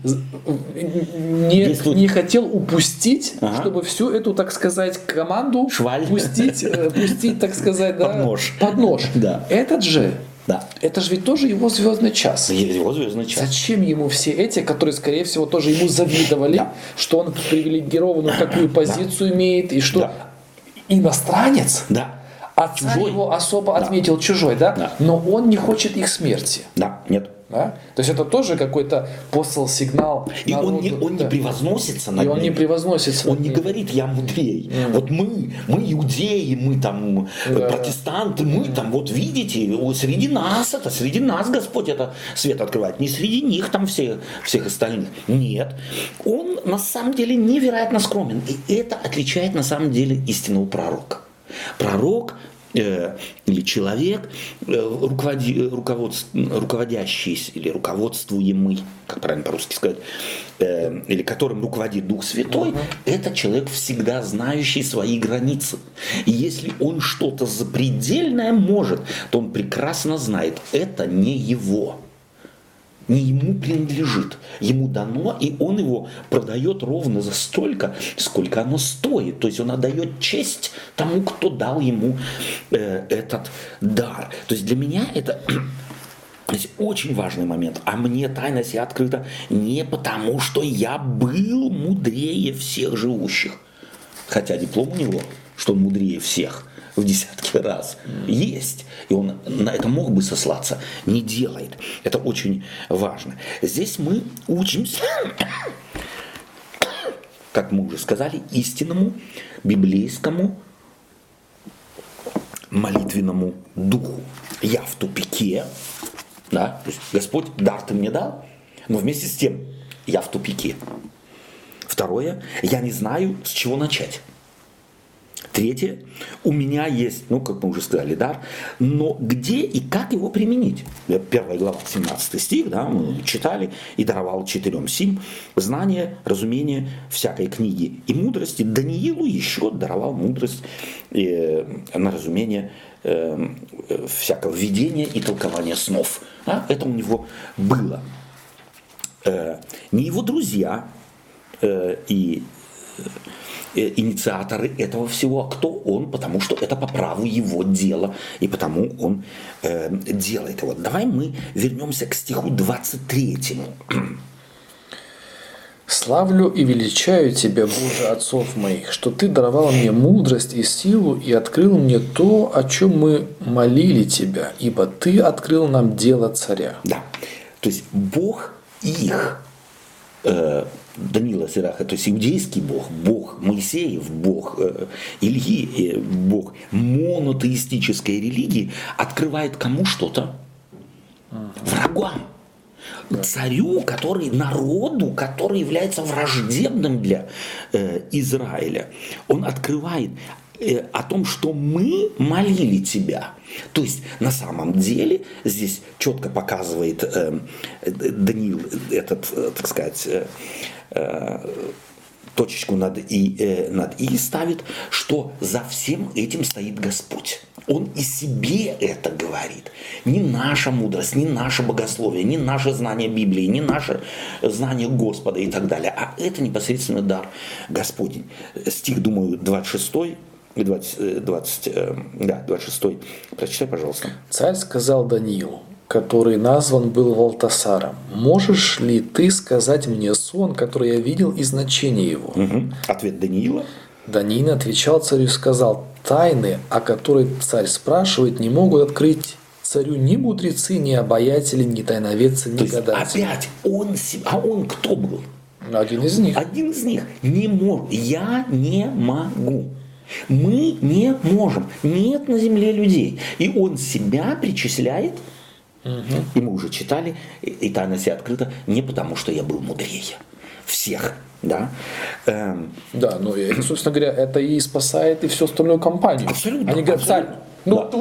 S2: не хотел упустить, чтобы всю эту, так сказать, команду пустить, так сказать, под нож.
S1: Да.
S2: Этот же.
S1: Да.
S2: Это же ведь тоже его звездный час.
S1: Его звездный час.
S2: Зачем ему все эти, которые, скорее всего, тоже ему завидовали, что он привилегированную такую позицию имеет, и что иностранец, а царь его особо отметил чужой, но он не хочет их смерти.
S1: Да, нет.
S2: Да? То есть это тоже какой-то послал сигнал.
S1: И народу, он не превозносится над
S2: ним. Он не превозносится.
S1: Он не говорит, я мудрей. Вот мы иудеи, мы там протестанты, мы там, вот видите, среди нас Господь это свет открывает. Не среди них там всех остальных. Нет. Он на самом деле невероятно скромен. И это отличает на самом деле истинного пророка. Пророк или человек, руководящий или руководствуемый, как правильно по-русски сказать, или которым руководит Дух Святой, это человек, всегда знающий свои границы. И если он что-то запредельное может, то он прекрасно знает, это не его. Не ему принадлежит, ему дано, и он его продает ровно за столько, сколько оно стоит. То есть он отдает честь тому, кто дал ему этот дар. То есть для меня это очень важный момент. А мне тайна сия открыта не потому, что я был мудрее всех живущих. Хотя диплом у него, что он мудрее всех в десятки раз есть. И он на это мог бы сослаться, не делает. Это очень важно. Здесь мы учимся, как мы уже сказали, истинному библейскому молитвенному духу. Я в тупике, да, то есть Господь, дар ты мне дал, но вместе с тем я в тупике. Второе, я не знаю, с чего начать. Третье, у меня есть, как мы уже сказали, дар, но где и как его применить? 1 глава, 17 стих, мы читали, и даровал 4 сим знание, разумение всякой книги и мудрости. Даниилу еще даровал мудрость на разумение всякого видения и толкования снов. Это у него было. Не его друзья и инициаторы этого всего, а кто он, потому что это по праву его дела, и потому он делает его. Давай мы вернемся к стиху 23.
S2: «Славлю и величаю Тебя, Боже, отцов моих, что Ты даровал мне мудрость и силу и открыл мне то, о чем мы молили Тебя, ибо Ты открыл нам дело царя».
S1: Да, то есть Бог их, Даниила Сираха, то есть иудейский Бог, Бог Моисеев, Бог Ильи, Бог монотеистической религии открывает кому что-то? Врагам. Царю, народу, который является враждебным для Израиля. Он открывает о том, что мы молили тебя. То есть на самом деле здесь четко показывает Даниил этот, так сказать, точечку над «и» ставит, что за всем этим стоит Господь. Он и себе это говорит. Не наша мудрость, не наше богословие, не наше знание Библии, не наше знание Господа и так далее, а это непосредственно дар Господень. Стих, думаю, 26 и 26. Прочитай, пожалуйста.
S2: «Царь сказал Даниилу, который назван был Валтасаром: можешь ли ты сказать мне сон, который я видел, и значение его?»
S1: Ответ Даниила.
S2: Даниил отвечал царю и сказал: тайны, о которых царь спрашивает, не могут открыть царю ни мудрецы, ни обаятели, ни тайноведцы, ни гадатели.
S1: Опять он кто был?
S2: Один из них.
S1: Один из них. Не может. Я не могу. Мы не можем. Нет на земле людей. И он себя причисляет. И мы уже читали, и тайна сия открыта не потому, что я был мудрее всех. Да,
S2: да, ну, собственно говоря, это и спасает и всю остальную компанию.
S1: Абсолютно.
S2: Они говорят: царь, вот,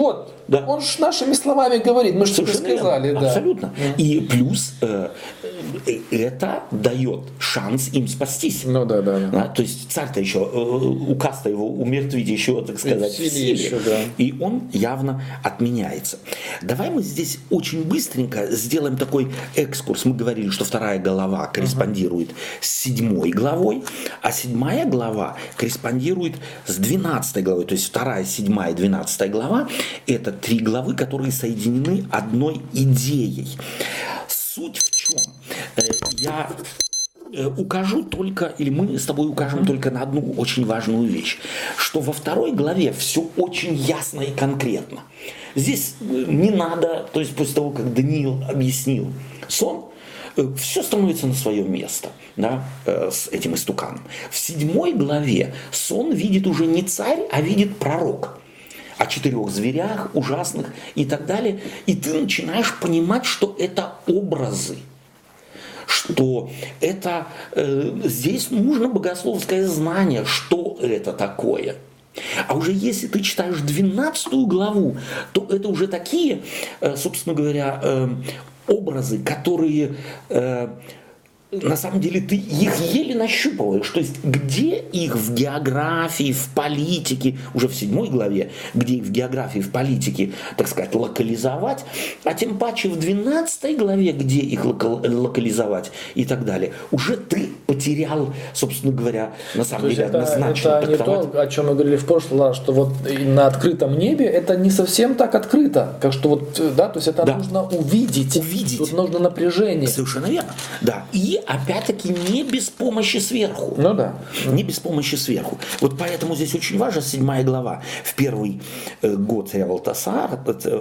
S1: Да.
S2: Он же нашими словами говорит, мы же тебе сказали. Да.
S1: Абсолютно. И плюс это дает шанс им спастись.
S2: Ну да.
S1: То есть царь-то еще, указ-то его умертвить еще, так сказать, в силе.
S2: Еще, да.
S1: И он явно отменяется. Давай мы здесь очень быстренько сделаем такой экскурс. Мы говорили, что 2 глава корреспондирует с 7 главой, а 7 глава корреспондирует с 12 главой. То есть 2, 7 и 12 глава – это 3 главы, которые соединены одной идеей. Суть в чем? Я укажу только, или мы с тобой укажем только на одну очень важную вещь, что во 2 главе все очень ясно и конкретно. Здесь не надо, то есть после того, как Даниил объяснил сон, все становится на свое место, да, с этим истуканом. В 7 главе сон видит уже не царь, а видит пророк. О 4 зверях ужасных и так далее. И ты начинаешь понимать, что это образы. Что это здесь нужно богословское знание, что это такое. А уже если ты читаешь 12 главу, то это уже такие, собственно говоря, образы, которые на самом деле ты их еле нащупываешь. То есть где их в географии, в политике, уже в 7 главе, где их в географии, в политике, так сказать, локализовать, а тем паче в 12 главе, где их локализовать и так далее, уже ты потерял, собственно говоря, на самом деле однозначно.
S2: Это не то, о чем мы говорили в прошлый раз, что вот на открытом небе это не совсем так открыто. Как что вот, да, то есть это нужно увидеть. Тут нужно напряжение.
S1: Совершенно верно. Да. И опять-таки не без помощи сверху.
S2: Ну да.
S1: Не без помощи сверху. Вот поэтому здесь очень важна 7 глава. В первый год царя Валтасара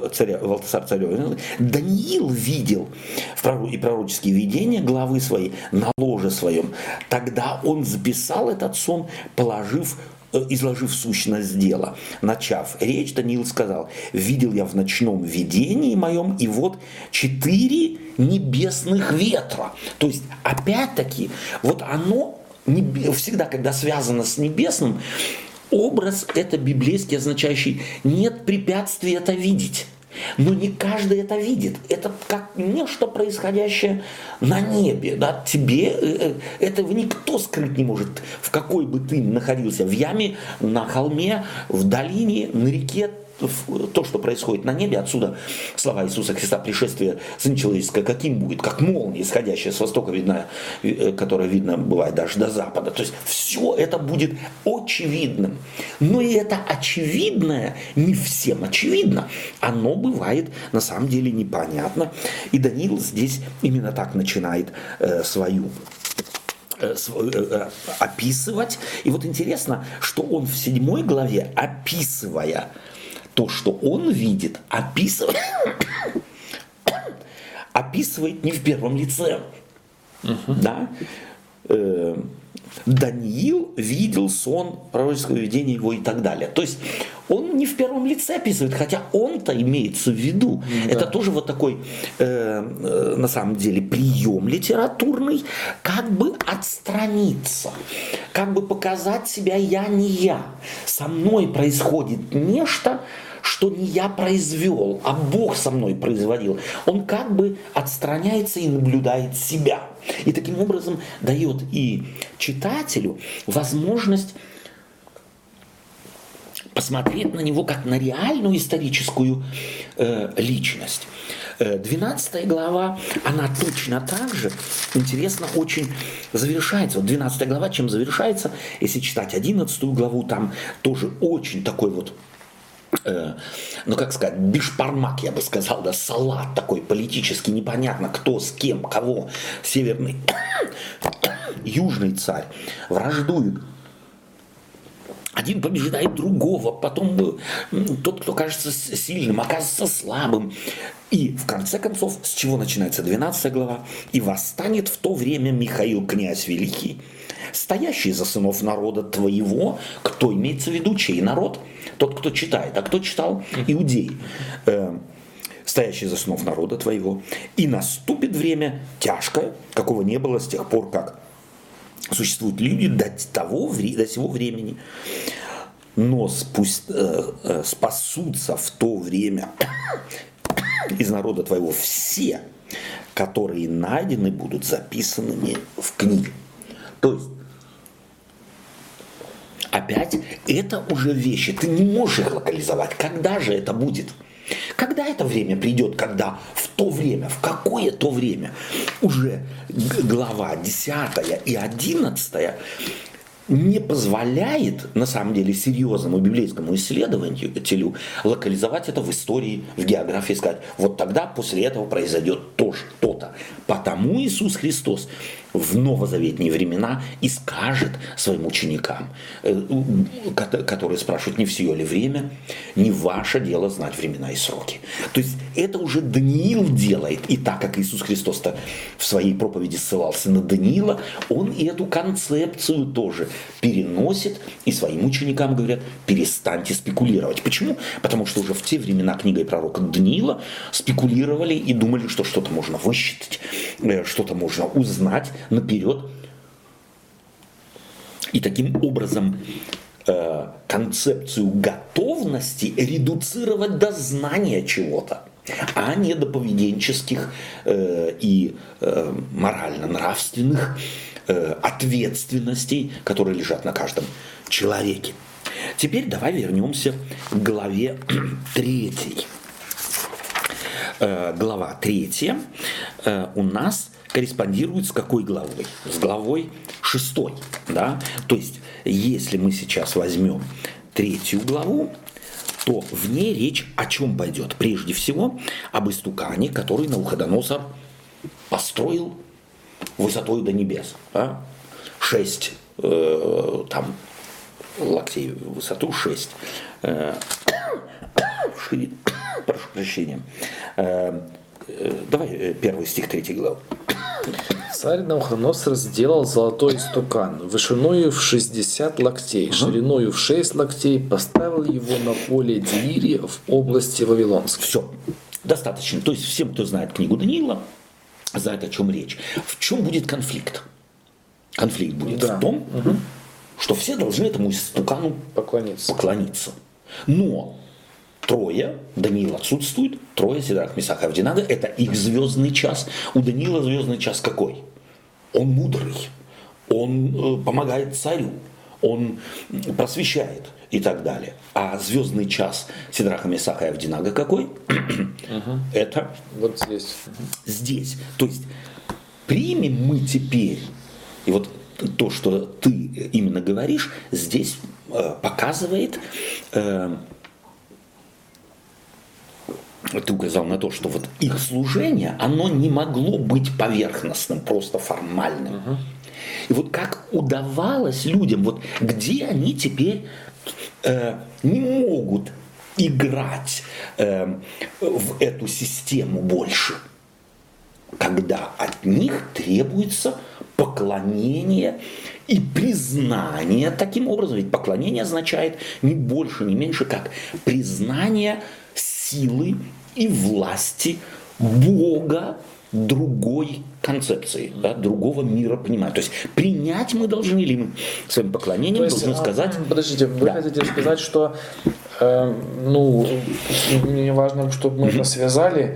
S1: Даниил видел и пророческие видения главы своей на ложе своем. Тогда он записал этот сон, изложив сущность дела. Начав речь, Даниил сказал: «Видел я в ночном видении моем, и вот 4 небесных ветра». То есть, опять-таки, вот оно всегда, когда связано с небесным, образ это библейский, означающий «нет препятствий это видеть». Но не каждый это видит. Это как нечто происходящее на небе. Да? Тебе этого никто скрыть не может. В какой бы ты ни находился, в яме, на холме, в долине, на реке, то, что происходит на небе, отсюда слова Иисуса Христа: пришествие Сына Человеческого каким будет? Как молния, исходящая с востока, видна, которая видно бывает даже до запада. То есть все это будет очевидным. Но и это очевидное не всем очевидно. Оно бывает на самом деле непонятно. И Даниил здесь именно так начинает описывать. И вот интересно, что он в 7 главе, описывая то, что он видит, описывает не в первом лице. Да? Даниил видел сон, пророческого видения его и так далее. То есть он не в первом лице описывает, хотя он-то имеется в виду. Да. Это тоже вот такой, на самом деле, прием литературный, как бы отстраниться, как бы показать себя «я не я». Со мной происходит нечто, что не я произвел, а Бог со мной производил. Он как бы отстраняется и наблюдает себя. И таким образом дает и читателю возможность посмотреть на него как на реальную историческую личность. 12 глава, она точно так же, интересно, очень завершается. Вот 12 глава чем завершается? Если читать 11 главу, там тоже очень такой вот, ну как сказать, бишпармак, я бы сказал, да, салат такой политически, непонятно кто с кем, кого, северный, южный царь враждуют. Один побеждает другого, потом тот, кто кажется сильным, оказывается слабым. И в конце концов, с чего начинается 12 глава? «И восстанет в то время Михаил, князь великий, стоящий за сынов народа твоего». Кто имеется в виду? Чей народ? Тот, кто читает. А кто читал? Иудеи. «Стоящий за сынов народа твоего. И наступит время тяжкое, какого не было с тех пор, как существуют люди до сего времени. но спасутся в то время из народа твоего все, которые найдены будут записанными в книге. То есть, опять, это уже вещи, ты не можешь их локализовать. Когда же это будет? Когда это время придет, когда в то время, в какое то время уже глава 10 и 11 не позволяет, на самом деле, серьезному библейскому исследователю локализовать это в истории, в географии, сказать, вот тогда после этого произойдет то-то, то-то. Потому Иисус Христос в новозаветные времена и скажет своим ученикам, которые спрашивают, не все ли время, не ваше дело знать времена и сроки. То есть это уже Даниил делает, и так как Иисус Христос-то в своей проповеди ссылался на Даниила, он и эту концепцию тоже переносит, и своим ученикам говорят, перестаньте спекулировать. Почему? Потому что уже в те времена книгой пророка Даниила спекулировали и думали, что что-то можно высчитать, что-то можно узнать наперед. И таким образом концепцию готовности редуцировать до знания чего-то, а не до поведенческих и морально-нравственных ответственностей, которые лежат на каждом человеке. Теперь давай вернемся к главе 3. Глава 3 у нас корреспондирует с какой главой? С главой 6. Да? То есть, если мы сейчас возьмем 3 главу, то в ней речь о чем пойдет? Прежде всего, об истукане, который Навуходоносор построил высотой до небес. Да? 6 там, локтей в высоту, 6 ширин. Прошу прощения. Давай первый стих 3 главы.
S2: Царь Навуходоносор сделал золотой истукан, вышиною в 60 локтей, шириною в 6 локтей, поставил его на поле Деири в области Вавилонской.
S1: Все, достаточно. То есть всем, кто знает книгу Даниила, знает, о чем речь. В чем будет конфликт? Конфликт будет в том, что все должны этому истукану поклониться. Но 3, Даниил отсутствует, 3, Сидрах, Месах и Авдинага, это их звездный час. У Даниила звездный час какой? Он мудрый, он помогает царю, он просвещает и так далее. А звездный час Сидраха, Месаха и Авдинага какой? Это
S2: вот здесь.
S1: Здесь. То есть примем мы теперь, и вот то, что ты именно говоришь, здесь показывает... Ты указал на то, что вот их служение, оно не могло быть поверхностным, просто формальным. И вот как удавалось людям, вот где они теперь не могут играть в эту систему больше, когда от них требуется поклонение и признание таким образом. Ведь поклонение означает не больше, не меньше, как признание силы и власти Бога другой концепции, да, другого мира понимания. То есть принять мы должны, или мы своим поклонением должны сказать...
S2: Подождите, вы хотите сказать, что мне важно, чтобы мы это связали,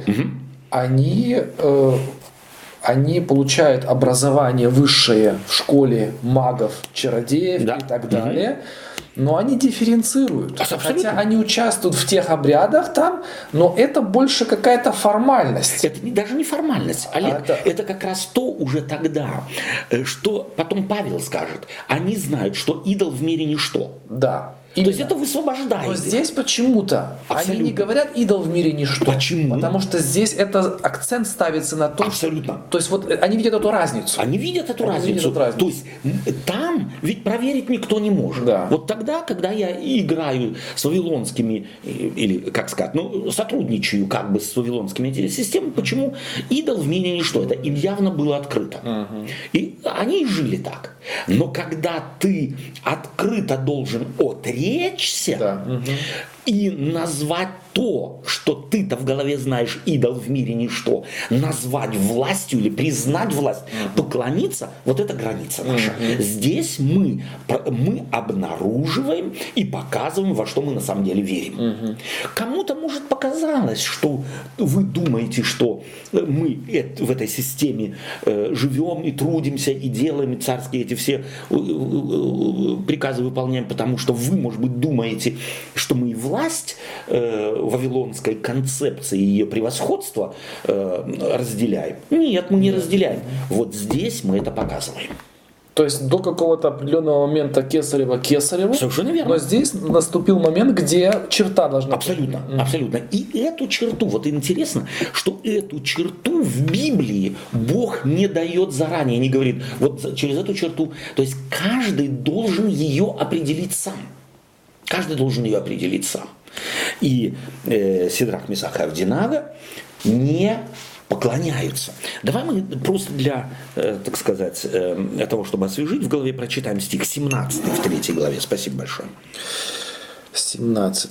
S2: они получают образование высшее в школе магов, чародеев и так далее, но они дифференцируют. Хотя они участвуют в тех обрядах там, но это больше какая-то формальность.
S1: Это даже не формальность, Олег. Это как раз то уже тогда, что потом Павел скажет. Они знают, что идол в мире ничто.
S2: Да.
S1: То есть это высвобождает.
S2: Но здесь почему-то они не говорят идол в мире ничто.
S1: Почему?
S2: Потому что здесь акцент ставится на то,
S1: абсолютно.
S2: То есть вот они видят эту разницу.
S1: Они видят эту разницу. То есть там ведь проверить никто не может.
S2: Да.
S1: Вот тогда, когда я играю с вавилонскими, или как сказать, сотрудничаю как бы с вавилонскими системами, почему идол в мире ничто? Это им явно было открыто. И они жили так. Но когда ты открыто должен отречься и назвать то, что ты-то в голове знаешь, идол в мире ничто, назвать властью или признать власть, поклониться, вот это граница наша. Здесь мы обнаруживаем и показываем, во что мы на самом деле верим. Кому-то, может, показалось, что вы думаете, что мы в этой системе живем и трудимся, и делаем, и царские эти все приказы выполняем, потому что вы, может быть, думаете, что мы и власть вавилонской концепции и ее превосходства разделяем. Нет, мы не разделяем. Вот здесь мы это показываем.
S2: То есть до какого-то определенного момента Кесарева.
S1: Совершенно верно.
S2: Но здесь наступил момент, где черта должна быть.
S1: Абсолютно, абсолютно. И эту черту, вот интересно, что эту черту в Библии Бог не дает заранее, не говорит, вот через эту черту. То есть каждый должен ее определить сам. Каждый должен ее определить сам. И Сидрах, Месах и Авдинага не поклоняются. Давай мы просто для, так сказать, того, чтобы освежить в голове, прочитаем стих 17 в 3 главе. Спасибо большое.
S2: 17.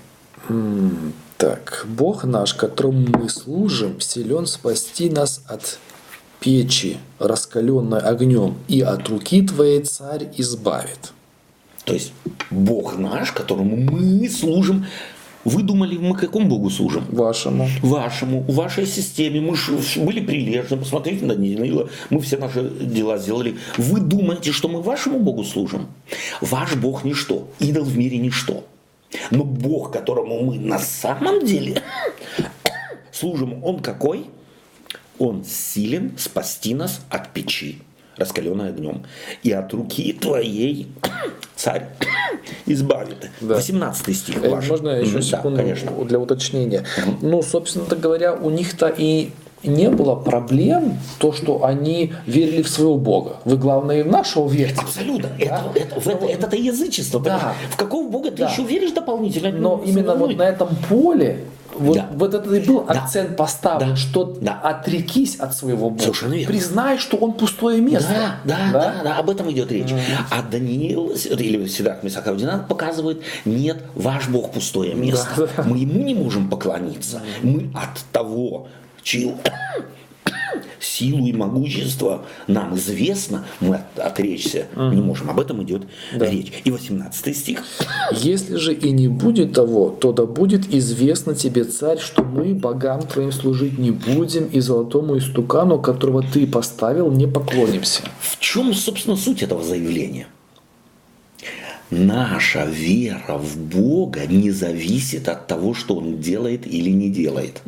S2: Так. «Бог наш, которому мы служим, силен спасти нас от печи, раскаленной огнем, и от руки твоей царь избавит».
S1: То есть Бог наш, которому мы служим. Вы думали, мы какому Богу служим?
S2: Вашему.
S1: Вашему. В вашей системе. Мы были прилежны. Посмотрите на Даниила. Мы все наши дела сделали. Вы думаете, что мы вашему Богу служим? Ваш Бог ничто. Идол в мире ничто. Но Бог, которому мы на самом деле служим, Он какой? Он силен спасти нас от печи, раскаленной огнем, и от руки твоей царь избавит. Да. 18 стих ваш.
S2: Можно еще секунду, да, конечно, для уточнения? Ну, собственно говоря, у них-то и не было проблем, то, что они верили в своего Бога. Вы, главное, и в нашего верите.
S1: Абсолютно. Да? Это язычество. Да. В какого Бога ты еще веришь дополнительно?
S2: Но именно вот на этом поле вот это и был акцент поставлен, что отрекись от своего Бога. Признай, что он пустое место.
S1: Да, об этом идет речь. А Даниил, или Сидрах, Месах и Авдинага показывает, нет, ваш Бог пустое место. Мы ему не можем поклониться. Мы от того, чью силу и могущество нам известно, мы отречься не можем. Об этом идет речь. И 18 стих.
S2: «Если же и не будет того, то да будет известно тебе, царь, что мы богам твоим служить не будем, и золотому истукану, которого ты поставил, не поклонимся».
S1: В чем, собственно, суть этого заявления? Наша вера в Бога не зависит от того, что Он делает или не делает.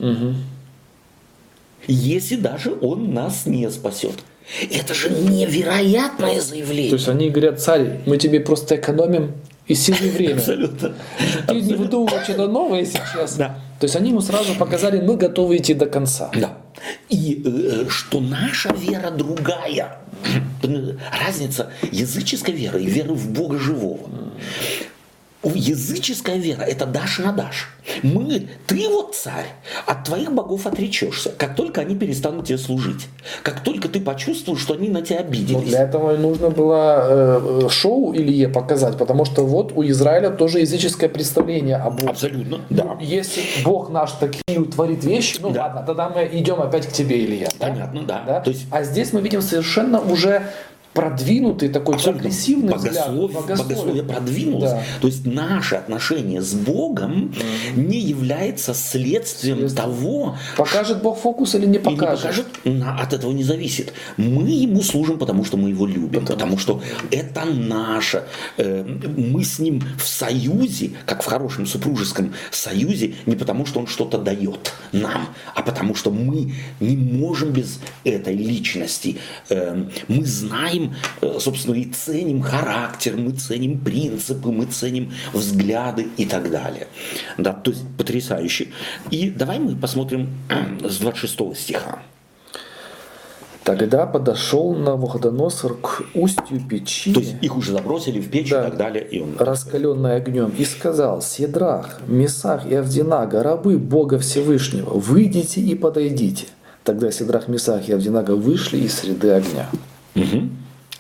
S1: Если даже Он нас не спасет. Это же невероятное заявление.
S2: То есть они говорят: царь, мы тебе просто экономим и силы и время.
S1: Абсолютно.
S2: Ты не выдумывай что-то новое сейчас. Да. То есть они ему сразу показали: мы готовы идти до конца.
S1: Да. И что наша вера другая. Разница языческой веры и веры в Бога живого. Языческая вера – это дашь на дашь. Ты вот царь, от твоих богов отречешься, как только они перестанут тебе служить. Как только ты почувствуешь, что они на тебя обиделись.
S2: Но для этого нужно было шоу Илье показать, потому что вот у Израиля тоже языческое представление о Боге.
S1: Абсолютно, да.
S2: Если Бог наш такие творит вещи, ладно, тогда мы идем опять к тебе, Илья.
S1: Понятно, да.
S2: То есть... А здесь мы видим совершенно уже продвинутый такой прогрессивный взгляд.
S1: Богословие продвинулось. Да. То есть наше отношение с Богом не является следствием того...
S2: Покажет Бог фокус или не покажет?
S1: От этого не зависит. Мы Ему служим, потому что мы Его любим. Потому что это наше. Мы с Ним в союзе, как в хорошем супружеском союзе, не потому что Он что-то дает нам, а потому что мы не можем без этой личности. Мы знаем, собственно, и ценим характер, мы ценим принципы, мы ценим взгляды и так далее. Да, то есть потрясающе. И давай мы посмотрим с 26 стиха.
S2: Тогда подошел Навуходоносор к устью печи.
S1: То есть их уже забросили в печь и так далее. И он...
S2: раскаленной огнем. И сказал: Сидрах, Месах и Авдинага, рабы Бога Всевышнего, выйдите и подойдите. Тогда Сидрах, Месах и Авдинага вышли из среды огня.
S1: Угу.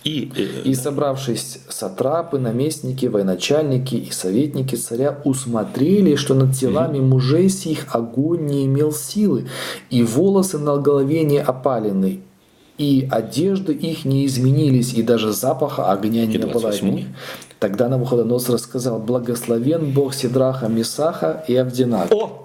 S2: И собравшись сатрапы, наместники, военачальники и советники царя усмотрели, что над телами мужей сих огонь не имел силы, и волосы на голове не опалены, и одежды их не изменились, и даже запаха огня не было от них. Тогда Навуходоносор сказал: благословен Бог Сидраха, Месаха и Авдинага.
S1: О!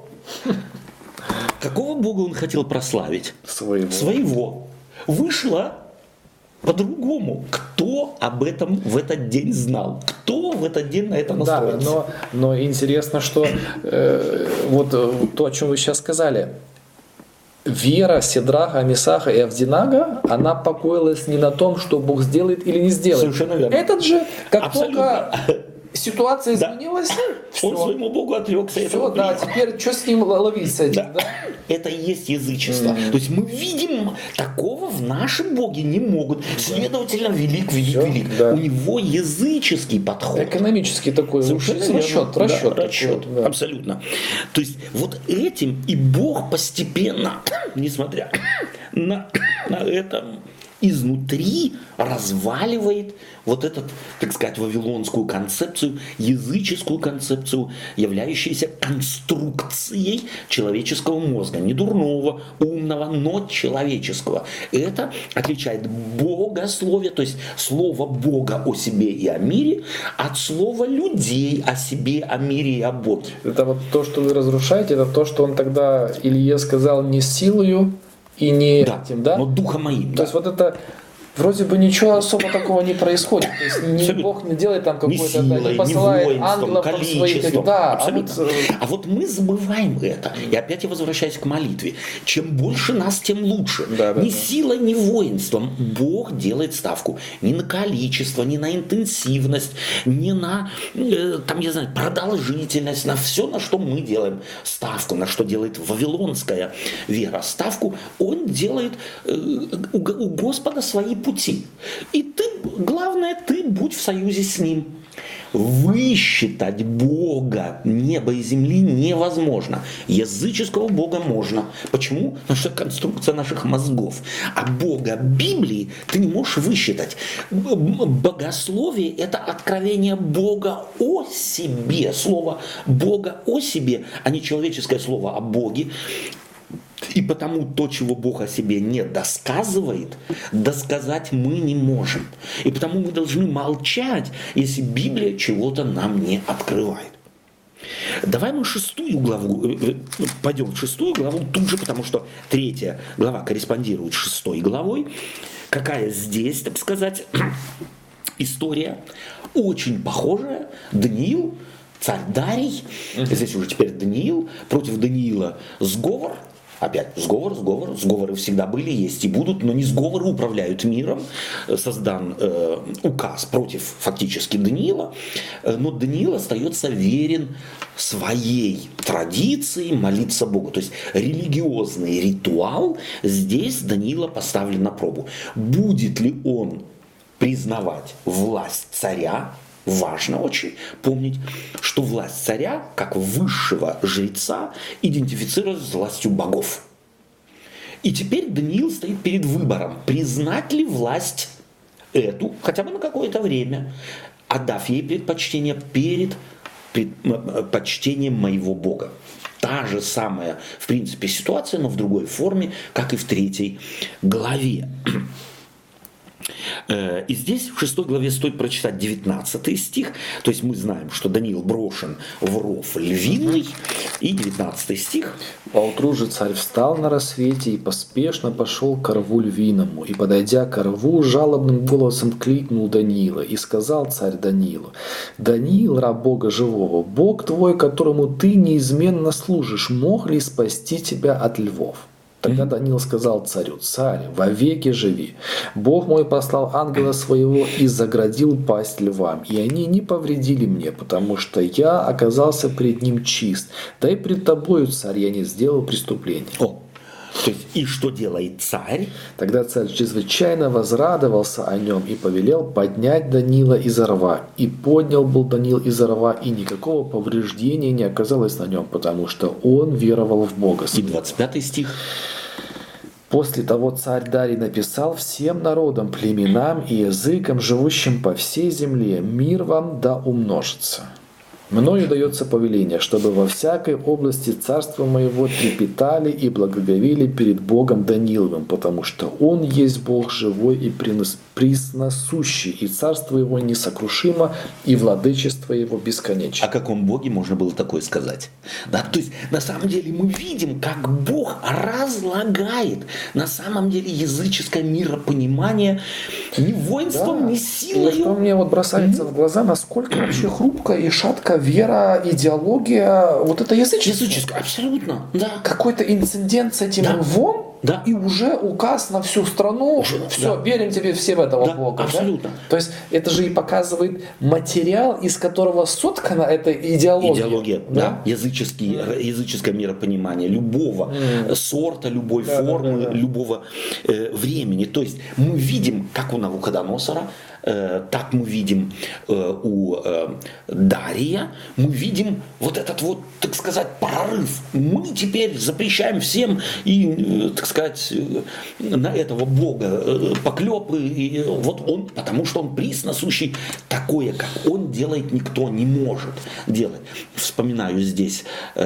S1: Какого Бога он хотел прославить?
S2: Своего.
S1: Вышло по-другому. Кто об этом в этот день знал? Кто в этот день на это настроился?
S2: Да, но интересно, что вот то, о чем вы сейчас сказали. Вера Сидраха, Месаха и Авдинага, она покоилась не на том, что Бог сделает или не сделает.
S1: Совершенно верно.
S2: Этот же, как
S1: Абсолютно.
S2: только ситуация изменилась,
S1: он своему Богу отрекся.
S2: Все, да, теперь что с ним ловить с этим? Да.
S1: Это и есть язычество. То есть мы видим, такого в нашем Боге не могут. Следовательно, велик. Да. У него языческий подход.
S2: Экономический такой расчет.
S1: Да. Абсолютно. То есть вот этим и Бог постепенно, несмотря на это, изнутри разваливает вот эту, так сказать, вавилонскую концепцию, языческую концепцию, являющуюся конструкцией человеческого мозга. Не дурного, умного, но человеческого. Это отличает богословие, то есть слово Бога о себе и о мире, от слова людей о себе, о мире и о Боге.
S2: Это вот то, что вы разрушаете, это то, что он тогда Илье сказал не силою, и не этим, да?
S1: Но духом моим.
S2: То есть вот это вроде бы ничего особо такого не происходит. То есть Бог не делает там какой-то, не посылает ангелов там своих. Да,
S1: а вот мы забываем это. И опять я возвращаюсь к молитве. Чем больше нас, тем лучше. Ни силой, ни воинством Бог делает ставку не на количество, не на интенсивность, не на там, я знаю, продолжительность, на все, на что мы делаем ставку, на что делает вавилонская вера ставку. Он делает у Господа свои пути. И ты, главное, ты будь в союзе с Ним. Высчитать Бога неба и земли невозможно. Языческого Бога можно. Почему? Потому что это конструкция наших мозгов. А Бога Библии ты не можешь высчитать. Богословие – это откровение Бога о себе. Слово Бога о себе, а не человеческое слово о Боге. И потому то, чего Бог о себе не досказывает, досказать мы не можем. И потому мы должны молчать, если Библия чего-то нам не открывает. Давай мы 6 главу, пойдем в 6 главу тут же, потому что 3 глава корреспондирует с 6 главой. Какая здесь, так сказать, история очень похожая. Даниил, царь Дарий, здесь уже теперь Даниил, против Даниила сговор. Опять сговоры всегда были, есть и будут, но не сговоры управляют миром. Создан указ против фактически Даниила, но Даниил остается верен своей традиции молиться Богу. То есть религиозный ритуал здесь Даниила поставлен на пробу. Будет ли он признавать власть царя? Важно очень помнить, что власть царя, как высшего жреца, идентифицируется с властью богов. И теперь Даниил стоит перед выбором, признать ли власть эту, хотя бы на какое-то время, отдав ей предпочтение перед почтением моего Бога. Та же самая, в принципе, ситуация, но в другой форме, как и в 3 главе. И здесь в 6 главе стоит прочитать 19 стих. То есть мы знаем, что Даниил брошен в ров львиный. И 19 стих.
S2: «Поутру же царь встал на рассвете и поспешно пошел к рву львиному. И, подойдя к рву, жалобным голосом кликнул Даниила. И сказал царь Даниилу: Даниил, раб Бога живого, Бог твой, которому ты неизменно служишь, мог ли спасти тебя от львов? Тогда Даниил сказал царю: царь, вовеки живи. Бог мой послал ангела своего и заградил пасть львам, и они не повредили мне, потому что я оказался пред ним чист. Да и пред тобою, царь, я не сделал преступления».
S1: То есть, и что делает царь?
S2: Тогда царь чрезвычайно возрадовался о нем и повелел поднять Даниила из рва. И поднял был Даниил из рва, и никакого повреждения не оказалось на нем, потому что он веровал в Бога.
S1: И 25 стих.
S2: После того царь Дарий написал всем народам, племенам и языкам, живущим по всей земле: мир вам да умножится. Мною дается повеление, чтобы во всякой области царства моего трепетали и благоговели перед Богом Даниловым, потому что Он есть Бог живой и пресносущий, и царство Его несокрушимо, и владычество Его бесконечно.
S1: О каком Боге можно было такое сказать? Да, то есть на самом деле мы видим, как Бог разлагает на самом деле языческое миропонимание ни воинством, ни силой.
S2: И что мне вот бросается в глаза, насколько вообще хрупкая и шаткая вера, идеология, вот это языческое.
S1: Языческое, абсолютно, да.
S2: Какой-то инцидент с этим львом,
S1: да.
S2: И уже указ на всю страну, все, верим тебе все в этого Бога.
S1: Абсолютно.
S2: Да? То есть это же и показывает материал, из которого соткана эта идеология.
S1: Идеология, да. Языческое миропонимание любого сорта, любой формы, любого времени. То есть мы видим, как у Навуходоносора, так мы видим у Дария, мы видим вот этот вот, так сказать, прорыв. Мы теперь запрещаем всем и, так сказать, на этого Бога поклепы. И вот он, потому что он присносущий, такое, как он делает, никто не может делать. Вспоминаю здесь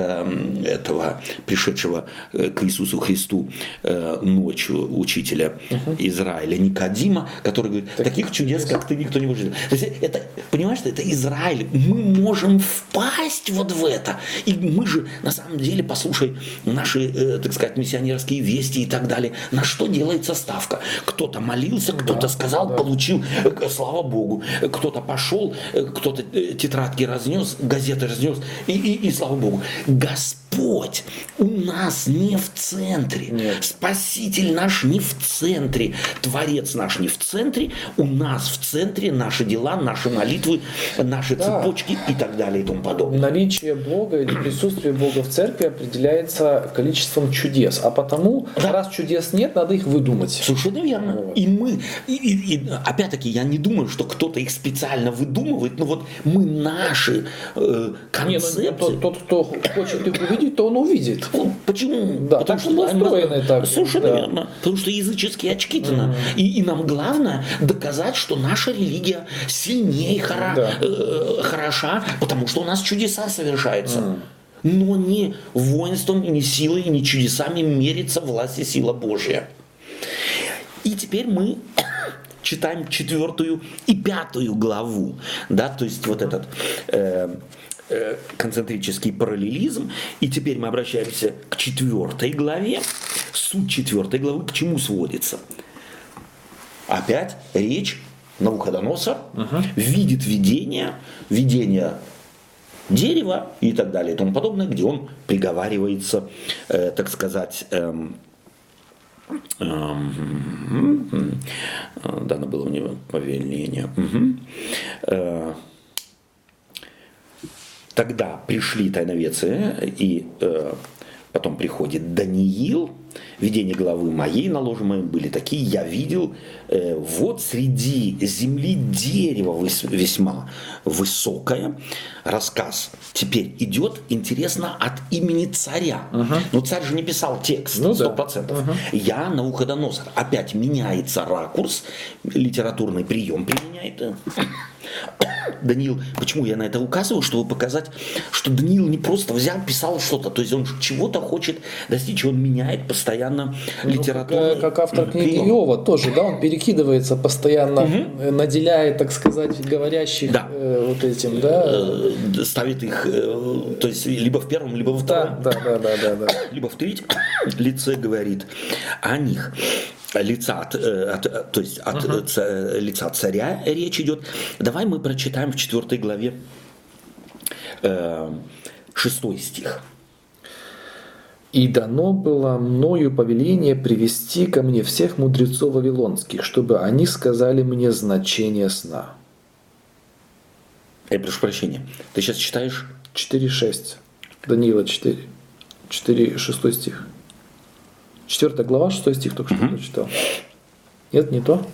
S1: этого пришедшего к Иисусу Христу ночью учителя Израиля Никодима, который говорит: таких чудес, как ты, никто не может делать. То есть это, понимаешь, это Израиль. Мы можем впасть вот в это. И мы же, на самом деле, послушай наши, так сказать, миссионерские вести и так далее. На что делается ставка? Кто-то молился, кто-то сказал, получил, слава Богу. Кто-то пошел, кто-то тетрадки разнес, газеты разнес, и слава Богу. Господь у нас не в центре.
S2: Нет.
S1: Спаситель наш не в центре. Творец наш не в центре. У нас в центре наши дела, наши молитвы, наши цепочки и так далее и тому подобное.
S2: Наличие Бога или присутствие Бога в церкви определяется количеством чудес. А потому, раз чудес нет, надо их выдумать.
S1: Совершенно верно. Вот. И мы, опять-таки, я не думаю, что кто-то их специально выдумывает, но вот мы наши концепции...
S2: Тот, кто хочет их увидеть, то он увидит.
S1: Почему?
S2: Да, потому что мы устроены так.
S1: Совершенно верно. Потому что языческие очки-то и нам главное доказать, что наша религия сильнее хороша, потому что у нас чудеса совершаются. Но не воинством, не силой, не чудесами мерится власть и сила Божья. И теперь мы читаем 4 и 5 главу. Да, то есть вот этот концентрический параллелизм. И теперь мы обращаемся к 4 главе. Суть 4 главы к чему сводится? Опять речь Навуходоносор видит видение дерева и так далее и тому подобное, где он приговаривается, так сказать, дано было мне повеление. Тогда пришли тайноведцы, и потом приходит Даниил. Видение главы моей наложенные были такие: я видел вот среди земли дерево весьма высокое. Рассказ теперь идет, интересно, от имени царя. Но царь же не писал текст 100%. Я, Навуходоносор. Опять меняется ракурс, литературный прием применяет. Даниил, почему я на это указываю, чтобы показать, что Даниил не просто взял, писал что-то, то есть он чего-то хочет достичь, он меняет постоянно литературу.
S2: Как автор книги Иова тоже, да, он перекидывается постоянно, наделяет, так сказать, говорящих вот этим, да.
S1: Ставит их, то есть либо в первом, либо во втором, либо в третьем лице говорит о них. Лица лица царя речь идет. Давай мы прочитаем в 4 главе 6 стих.
S2: «И дано было мною повеление привести ко мне всех мудрецов вавилонских, чтобы они сказали мне значение сна».
S1: Я прошу прощения. Ты сейчас читаешь?
S2: 4.6. Даниила 4. 4.6 стих. 4 глава, 6 стих только что прочитал. Нет, не то?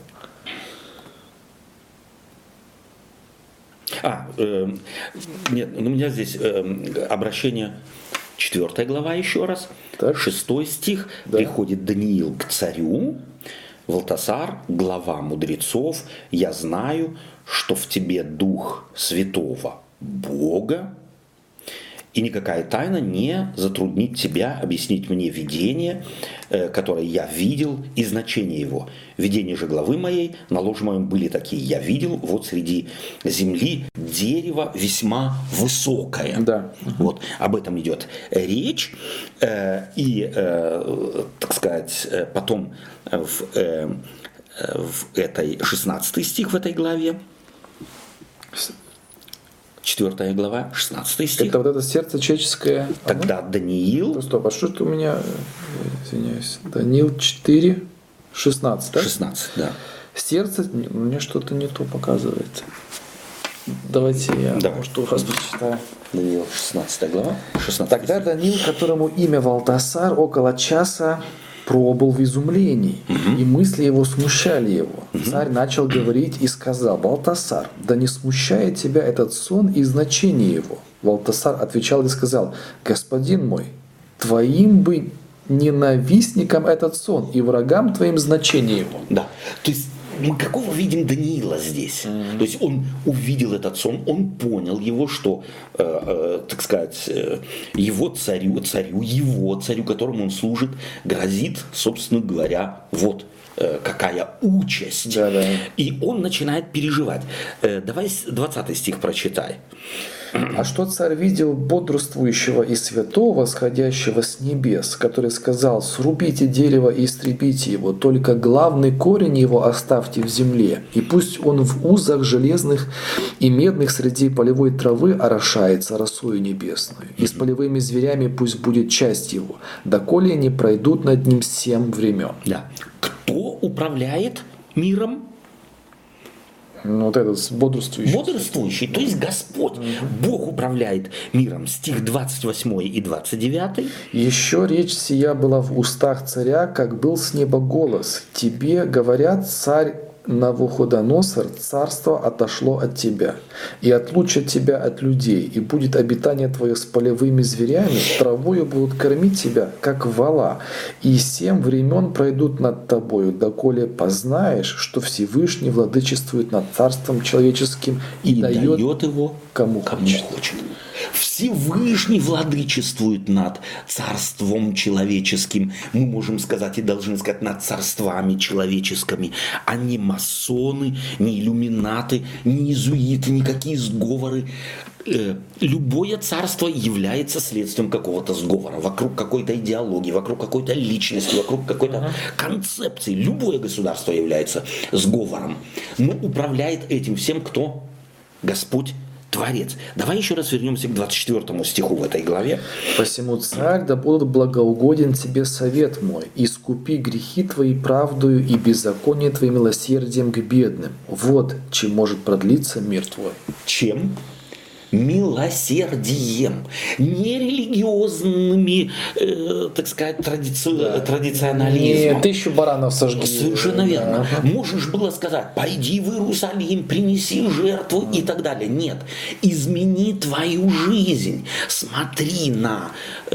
S1: Нет, у меня здесь обращение 4 глава еще раз,
S2: Так.
S1: 6 стих, приходит Даниил к царю, Валтасар, глава мудрецов, я знаю, что в тебе дух святого Бога, и никакая тайна не затруднит тебя объяснить мне видение, которое я видел, и значение его. Видения же главы моей на ложе моем были такие. Я видел вот среди земли дерево весьма высокое.
S2: Да.
S1: Вот об этом идет речь. И, так сказать, потом в этой 16 стих в этой главе, 4 глава, 16 стих.
S2: Это вот это сердце человеческое.
S1: Тогда Даниил...
S2: Стоп, а что это у меня, извиняюсь, Даниил 4, 16, да?
S1: 16, да.
S2: Сердце, у меня что-то не то показывает. Давайте я, может, у вас прочитаю.
S1: Даниил, 16 глава, 16
S2: Тогда Даниил, которому имя Валтасар, около часа пробыл в изумлении, и мысли его смущали его. Царь начал говорить и сказал: «Валтасар, да не смущает тебя этот сон и значение его?» Валтасар отвечал и сказал: «Господин мой, твоим бы ненавистникам этот сон и врагам твоим значение его».
S1: Да, то есть мы какого видим Даниила здесь? То есть он увидел этот сон, он понял его, что, так сказать, его царю, которому он служит, грозит, собственно говоря, вот какая участь.
S2: Да.
S1: И он начинает переживать. Давай 20 стих прочитай.
S2: «А что царь видел бодрствующего и святого, сходящего с небес, который сказал: срубите дерево и истребите его, только главный корень его оставьте в земле, и пусть он в узах железных и медных среди полевой травы орошается росою небесную, и с полевыми зверями пусть будет часть его, доколе не пройдут над ним 7 времен».
S1: Да. Кто управляет миром?
S2: Вот этот бодрствующий.
S1: Бодрствующий, то есть Господь. Бог управляет миром. Стих 28 и 29.
S2: «Еще речь сия была в устах царя, как был с неба голос. Тебе говорят, царь Навуходоносор, царство отошло от тебя, и отлучат тебя от людей, и будет обитание твое с полевыми зверями, травою будут кормить тебя, как вола, и 7 времен пройдут над тобою, доколе познаешь, что Всевышний владычествует над царством человеческим и дает
S1: его
S2: кому хочет».
S1: Всевышний владычествует над царством человеческим. Мы можем сказать и должны сказать над царствами человеческими, а не масоны, не иллюминаты, не иезуиты, никакие сговоры. Любое царство является следствием какого-то сговора, вокруг какой-то идеологии, вокруг какой-то личности, вокруг какой-то концепции. Любое государство является сговором. Но управляет этим всем кто? Господь Творец. Давай еще раз вернемся к 24 стиху в этой главе.
S2: «Посему, царь, да будут благоугоден тебе совет мой, искупи грехи твои правдою и беззаконие твои милосердием к бедным. Вот чем может продлиться мир твой».
S1: Чем? Милосердием, не религиозными, так сказать, традиционализмом.
S2: Не 1000 баранов сожги.
S1: Совершенно верно. Можешь было сказать: пойди в Иерусалим, принеси жертву и так далее. Нет. Измени твою жизнь. Смотри на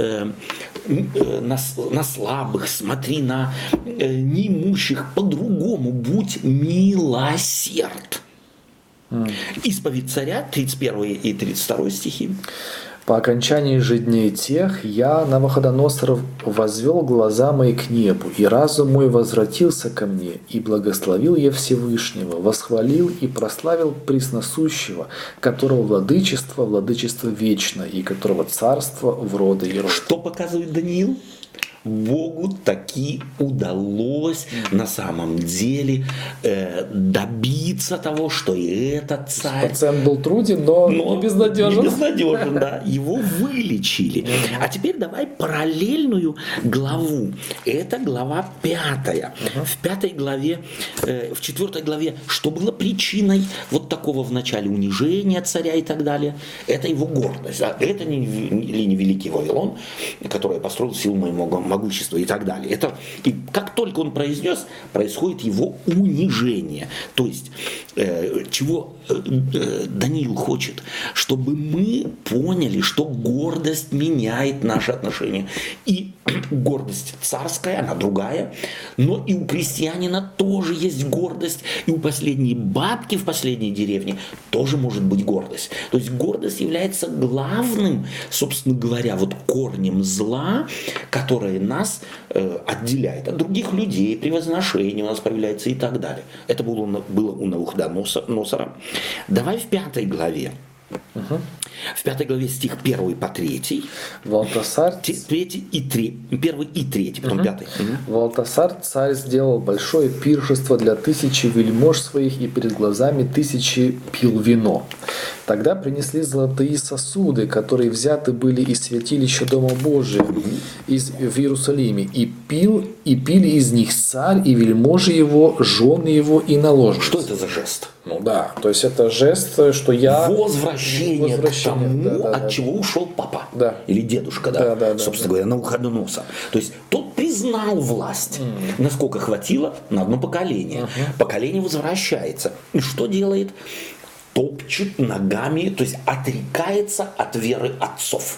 S1: слабых, смотри на неимущих по-другому. Будь милосерд. Исповедь царя, 31 и 32 стихи.
S2: «По окончании же дней тех я, Навуходоносор, возвел глаза мои к небу, и разум мой возвратился ко мне, и благословил я Всевышнего, восхвалил и прославил Пресносущего, которого владычество вечное, и которого царство в роды и роды».
S1: Что показывает Даниил? Богу таки удалось на самом деле добиться того, что и этот царь...
S2: Пациент был труден, но не безнадежен.
S1: Не безнадежен, да. Его вылечили. А теперь давай параллельную главу. Это глава 5. В 5 главе, в 4 главе, что было причиной вот такого в начале унижения царя и так далее? Это его гордость. Да? Это ли не великий Вавилон, который я построил силу моего могущества и так далее. И как только он произнес, происходит его унижение. То есть, чего Даниил хочет, чтобы мы поняли, что гордость меняет наши отношения. И гордость царская, она другая, но и у крестьянина тоже есть гордость, и у последней бабки в последней деревне тоже может быть гордость. То есть гордость является главным, собственно говоря, вот корнем зла, которое нас отделяет от других людей, превозношение у нас появляется и так далее. Это было у Навуходоносора. Давай в 5 главе. В 5 главе стих 1 по 3.
S2: Валтасар,
S1: 3 и 3. 1 и 3, потом 5.
S2: Валтасар царь сделал большое пиршество для 1000 вельмож своих, и перед глазами 1000 пил вино. Тогда принесли золотые сосуды, которые взяты были из святилища Дома Божия в Иерусалиме, и пили из них царь и вельможи его, жены его и наложницы.
S1: Что это за жест?
S2: Ну да, то есть это жест, что я...
S1: Возвращение к тому, от чего ушел папа.
S2: Да.
S1: Или дедушка, собственно говоря, Навуходоносор. То есть тот признал власть. Насколько хватило? На одно поколение. Поколение возвращается. И что делает? Топчет ногами, то есть отрекается от веры отцов.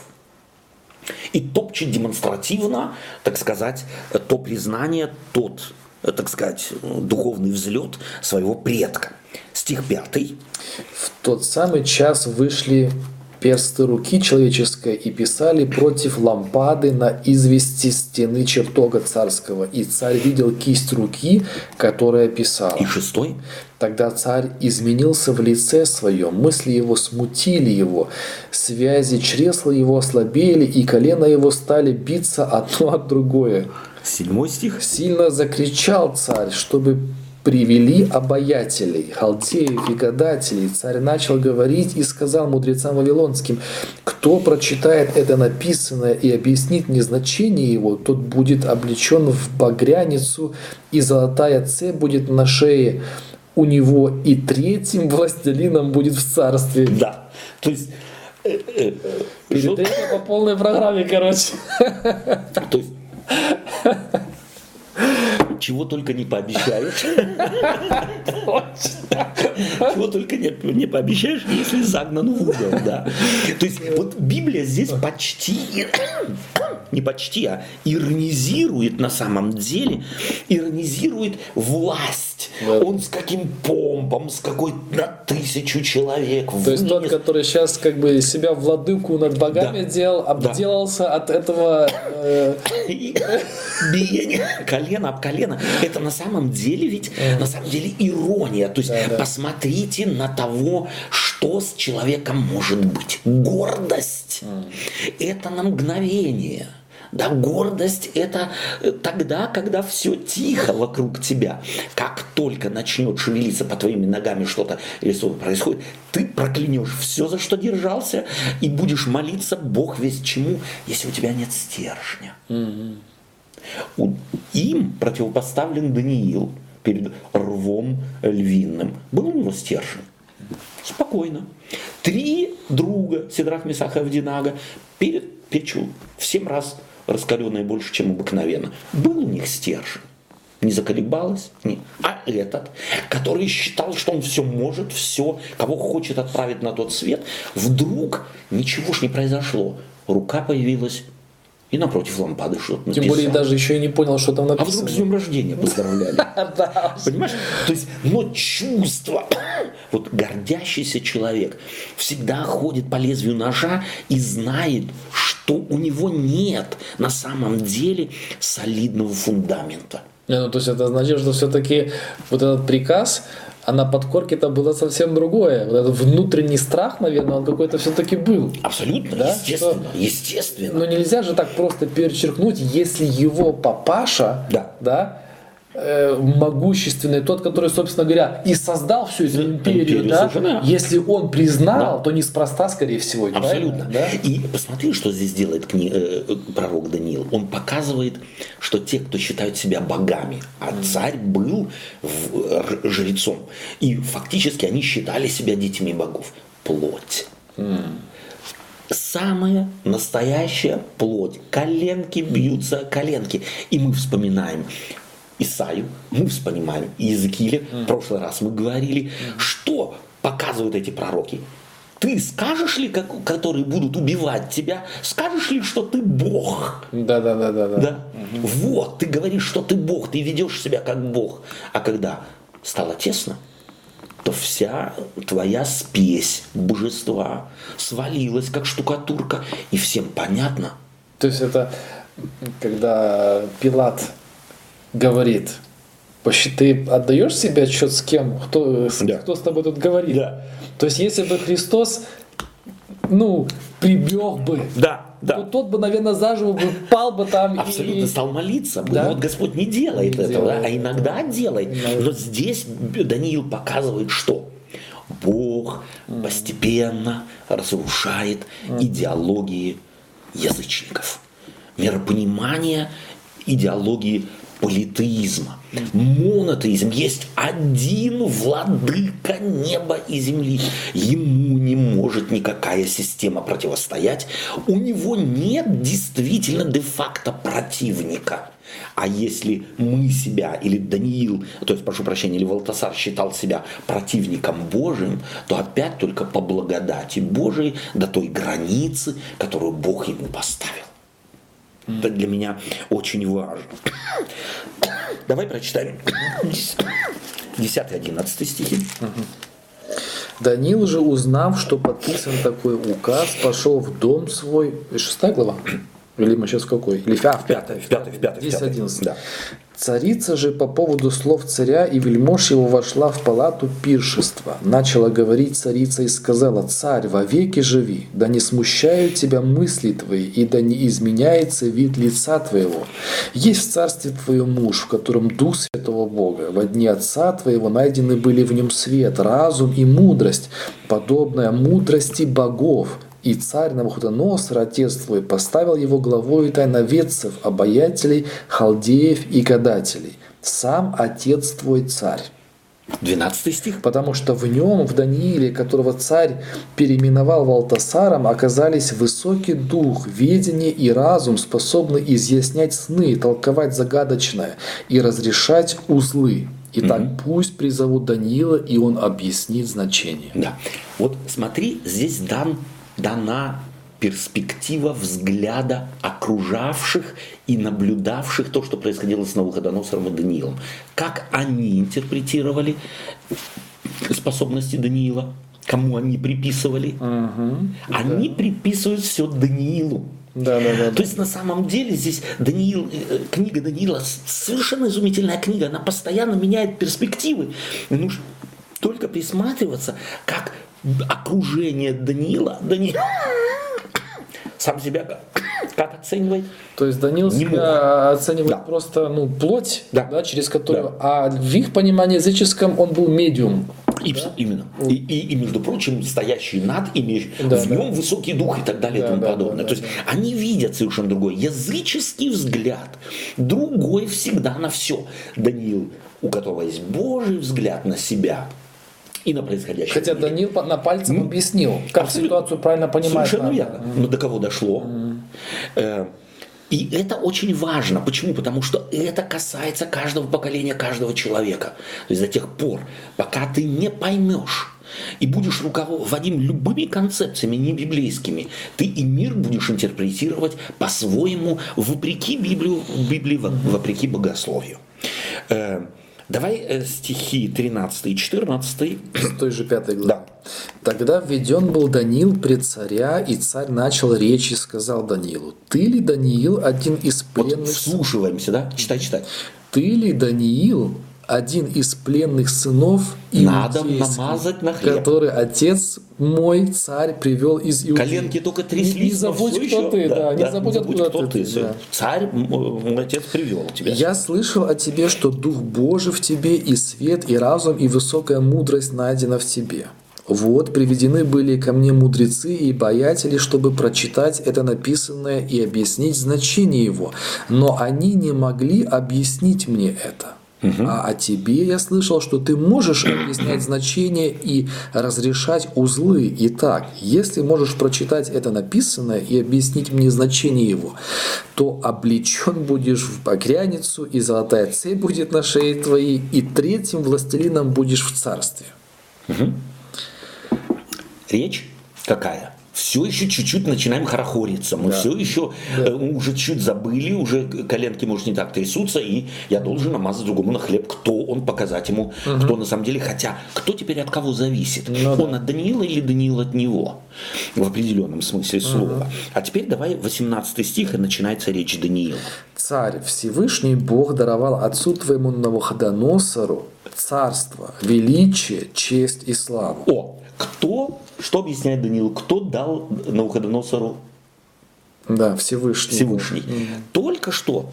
S1: И топчет демонстративно, так сказать, то признание, тот, так сказать, духовный взлет своего предка. Стих 5.
S2: В тот самый час вышли персты руки человеческой и писали против лампады на извести стены чертога царского. И царь видел кисть руки, которая писала.
S1: И 6.
S2: Тогда царь изменился в лице своем, мысли его смутили его, связи чресла его ослабели, и колена его стали биться одно от другое.
S1: 7 стих.
S2: Сильно закричал царь, чтобы привели обаятелей, халдеев и гадателей. Царь начал говорить и сказал мудрецам вавилонским: кто прочитает это написанное и объяснит мне значение его, тот будет облечен в багряницу, и золотая цепь будет на шее у него, и 3-м властелином будет в царстве.
S1: Да, то есть...
S2: Перед этим по полной программе, короче.
S1: То есть... Чего только не пообещаешь. Чего только не пообещаешь, если загнан в угол. Да. То есть вот Библия здесь почти, не почти, а иронизирует на самом деле, иронизирует власть. Да. Он с каким помпом, с какой на 1000 человек.
S2: То есть тот, который сейчас как бы себя владыку над богами делал, обделался от этого...
S1: Биение колено об колено. Это на самом деле ведь на самом деле ирония. То есть посмотрите на того, что с человеком может быть. Гордость это на мгновение. Да, гордость это тогда, когда все тихо вокруг тебя. Как только начнет шевелиться под твоими ногами что-то или что-то происходит, ты проклянешь все, за что держался, и будешь молиться Бог весть чему, если у тебя нет стержня. Им противопоставлен Даниил перед рвом львиным. Был у него стержень? Спокойно. 3 друга, Сидрах, Месах и Авдинага, перед печью в 7 раз раскаленные больше, чем обыкновенно. Был у них стержень. Не заколебалось? Нет. А этот, который считал, что он все может, все, кого хочет отправить на тот свет, вдруг ничего ж не произошло. Рука появилась, и напротив лампады что-то написано.
S2: Тем более даже еще и не понял, что там написано.
S1: А вдруг с днем рождения поздравляли. Понимаешь? То есть, но чувство. Вот гордящийся человек всегда ходит по лезвию ножа и знает, что у него нет на самом деле солидного фундамента.
S2: Ну, то есть это значит, что все-таки вот этот приказ, а на подкорке это было совсем другое. Вот этот внутренний страх, наверное, он какой-то все-таки был.
S1: Абсолютно,
S2: да?
S1: естественно, естественно.
S2: Но нельзя же так просто перечеркнуть, если его папаша, могущественный, тот, который, собственно говоря, и создал всю эту империю, да? Если он признал, то неспроста, скорее всего.
S1: Абсолютно. Да? И посмотри, что здесь делает пророк Даниил. Он показывает, что те, кто считают себя богами, а царь был жрецом, и фактически они считали себя детьми богов. Плоть. Самая настоящая плоть. Коленки бьются, коленки. И мы вспоминаем Исаию, мы вспоминаем Иезекииля, в прошлый раз мы говорили, что показывают эти пророки. Ты скажешь ли, которые будут убивать тебя, скажешь ли, что ты Бог?
S2: Да.
S1: Вот, ты говоришь, что ты Бог, ты ведешь себя как Бог. А когда стало тесно, то вся твоя спесь божества свалилась, как штукатурка, и всем понятно.
S2: То есть это когда Пилат говорит: ты отдаешь себе отчет, с кем, кто с тобой тут говорит?
S1: Да.
S2: То есть если бы Христос, прибег бы, то тот бы, наверное, заживо бы пал бы там.
S1: Абсолютно стал молиться. Да? Вот Господь не делает этого, а иногда делает. Но здесь Даниил показывает, что Бог постепенно разрушает идеологии язычников, миропонимание идеологии политеизма. Монотеизм. Есть один владыка неба и земли. Ему не может никакая система противостоять. У него нет действительно де-факто противника. А если мы себя, или Даниил, то есть, прошу прощения, или Валтасар считал себя противником Божиим, то опять только по благодати Божией до той границы, которую Бог ему поставил. Это для меня очень важно. Давай прочитаем 10-11 стихи.
S2: Даниил же, узнав, что подписан такой указ, пошел в дом свой. 6 глава? Или мы сейчас в какой? Или в 5. 10-11.
S1: Да.
S2: Царица же по поводу слов царя и вельмож его вошла в палату пиршества. Начала говорить царица и сказала: «Царь, вовеки живи, да не смущают тебя мысли твои, и да не изменяется вид лица твоего. Есть в царстве твоем муж, в котором дух святого Бога. Во дни отца твоего найдены были в нем свет, разум и мудрость, подобная мудрости богов. И царь Навуходоносор, отец твой, поставил его главою тайноведцев, обаятелей, халдеев и гадателей. Сам отец твой царь».
S1: 12 стих.
S2: Потому что в нем, в Данииле, которого царь переименовал Валтасаром, оказались высокий дух, ведение и разум, способны изъяснять сны, толковать загадочное и разрешать узлы. Итак, пусть призовут Даниила, и он объяснит значение.
S1: Да. Вот смотри, здесь дана перспектива взгляда окружавших и наблюдавших то, что происходило с Навуходоносором и Даниилом. Как они интерпретировали способности Даниила, кому они приписывали. Они приписывают все Даниилу.
S2: Да.
S1: То есть на самом деле здесь книга Даниила совершенно изумительная книга. Она постоянно меняет перспективы. Нужно только присматриваться, как окружение Даниила сам себя как оценивает?
S2: То есть Даниил себя оценивает просто плоть, через которую, а в их понимании языческом он был медиум.
S1: Именно. И, между прочим, стоящий над ими, в нем высокий дух и так далее и тому подобное. То есть они видят совершенно другой языческий взгляд, другой всегда на все. Даниил, у которого есть Божий взгляд на себя и на происходящее.
S2: Хотя Даниил на пальцем объяснил, как ситуацию правильно понимать.
S1: Совершенно верно. Но до кого дошло? И это очень важно. Почему? Потому что это касается каждого поколения, каждого человека. То есть до тех пор, пока ты не поймешь и будешь руководим любыми концепциями не библейскими, ты и мир будешь интерпретировать по-своему, вопреки Библии, вопреки богословию. Давай стихи 13 и 14.
S2: С той же 5 главы.
S1: Да.
S2: «Тогда введен был Даниил пред царя, и царь начал речь и сказал Даниилу: ты ли, Даниил, один из пленных...»
S1: Вот вслушиваемся, да? Читай.
S2: «Ты ли, Даниил, один из пленных сынов
S1: надо намазать на хлеб,
S2: который отец мой, царь, привел из Иудеи».
S1: Коленки только тряслись.
S2: Не забудь, кто ты. Не забудь, откуда ты.
S1: Царь, мой отец привел тебя.
S2: «Я слышал о тебе, что Дух Божий в тебе, и свет, и разум, и высокая мудрость найдена в тебе. Вот приведены были ко мне мудрецы и боятели, чтобы прочитать это написанное и объяснить значение его, но они не могли объяснить мне это. А о тебе я слышал, что ты можешь объяснять значение и разрешать узлы. Итак, если можешь прочитать это написанное и объяснить мне значение его, то облечен будешь в багряницу, и золотая цепь будет на шее твоей, и третьим властелином будешь в царстве».
S1: речь какая? Все еще чуть-чуть начинаем хорохориться. Мы все еще уже чуть забыли, уже коленки, может, не так трясутся, и я должен намазать другому на хлеб, кто он, показать ему, кто на самом деле. Хотя, кто теперь от кого зависит? Он от Даниила или Даниил от него? В определенном смысле слова. А теперь давай 18 стих, и начинается речь Даниила.
S2: «Царь Всевышний Бог даровал отцу твоему Навуходоносору царство, величие, честь и славу».
S1: Что объясняет Даниил? Кто дал Навуходоносору?
S2: Да, Всевышний.
S1: Только что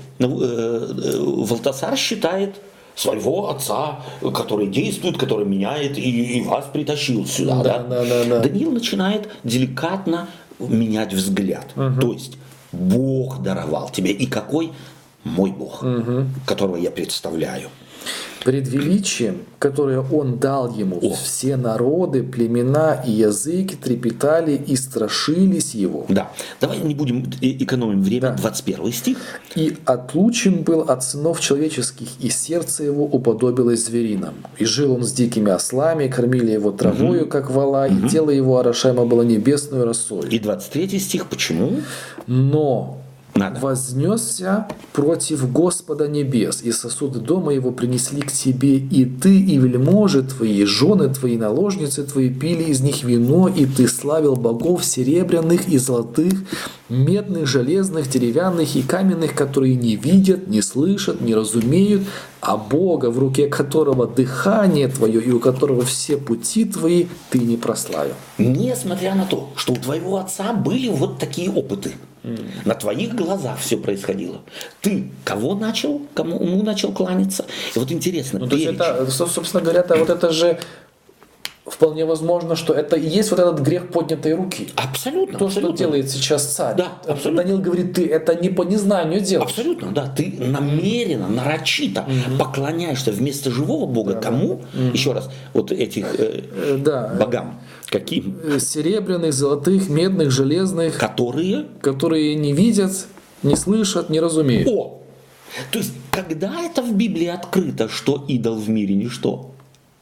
S1: Валтасар считает своего отца, который действует, который меняет, и вас притащил сюда. Да? Даниил начинает деликатно менять взгляд. То есть Бог даровал тебе. И какой? Мой Бог, которого я представляю.
S2: Пред величием, которое он дал ему, все народы, племена и языки трепетали и страшились его.
S1: Да, давай не будем экономить время, 21 стих.
S2: «И отлучен был от сынов человеческих, и сердце его уподобилось зверинам. И жил он с дикими ослами, кормили его травою, как вола, и тело его орошаемо было небесную росою».
S1: И 23 стих, почему?
S2: «Но вознесся против Господа небес, и сосуды дома его принесли к тебе, и ты, и вельможи твои, и жены твои, и наложницы твои пили из них вино, и ты славил богов серебряных и золотых, медных, железных, деревянных и каменных, которые не видят, не слышат, не разумеют, а Бога, в руке которого дыхание твое, и у которого все пути твои, ты не прославил».
S1: Несмотря на то, что у твоего отца были вот такие опыты, на твоих глазах все происходило. Ты кому начал кланяться? И вот интересно.
S2: То есть это, собственно говоря, вот это же вполне возможно, что это и есть вот этот грех поднятой руки.
S1: Абсолютно.
S2: То, что делает сейчас царь.
S1: Да, абсолютно.
S2: Даниил говорит, ты это не по незнанию делаешь.
S1: Абсолютно, да. Ты намеренно, нарочито поклоняешься вместо живого Бога. Кому? Еще раз, вот этих богам. Каким?
S2: Серебряных, золотых, медных, железных. Которые не видят, не слышат, не разумеют.
S1: То есть, когда это в Библии открыто, что идол в мире ничто?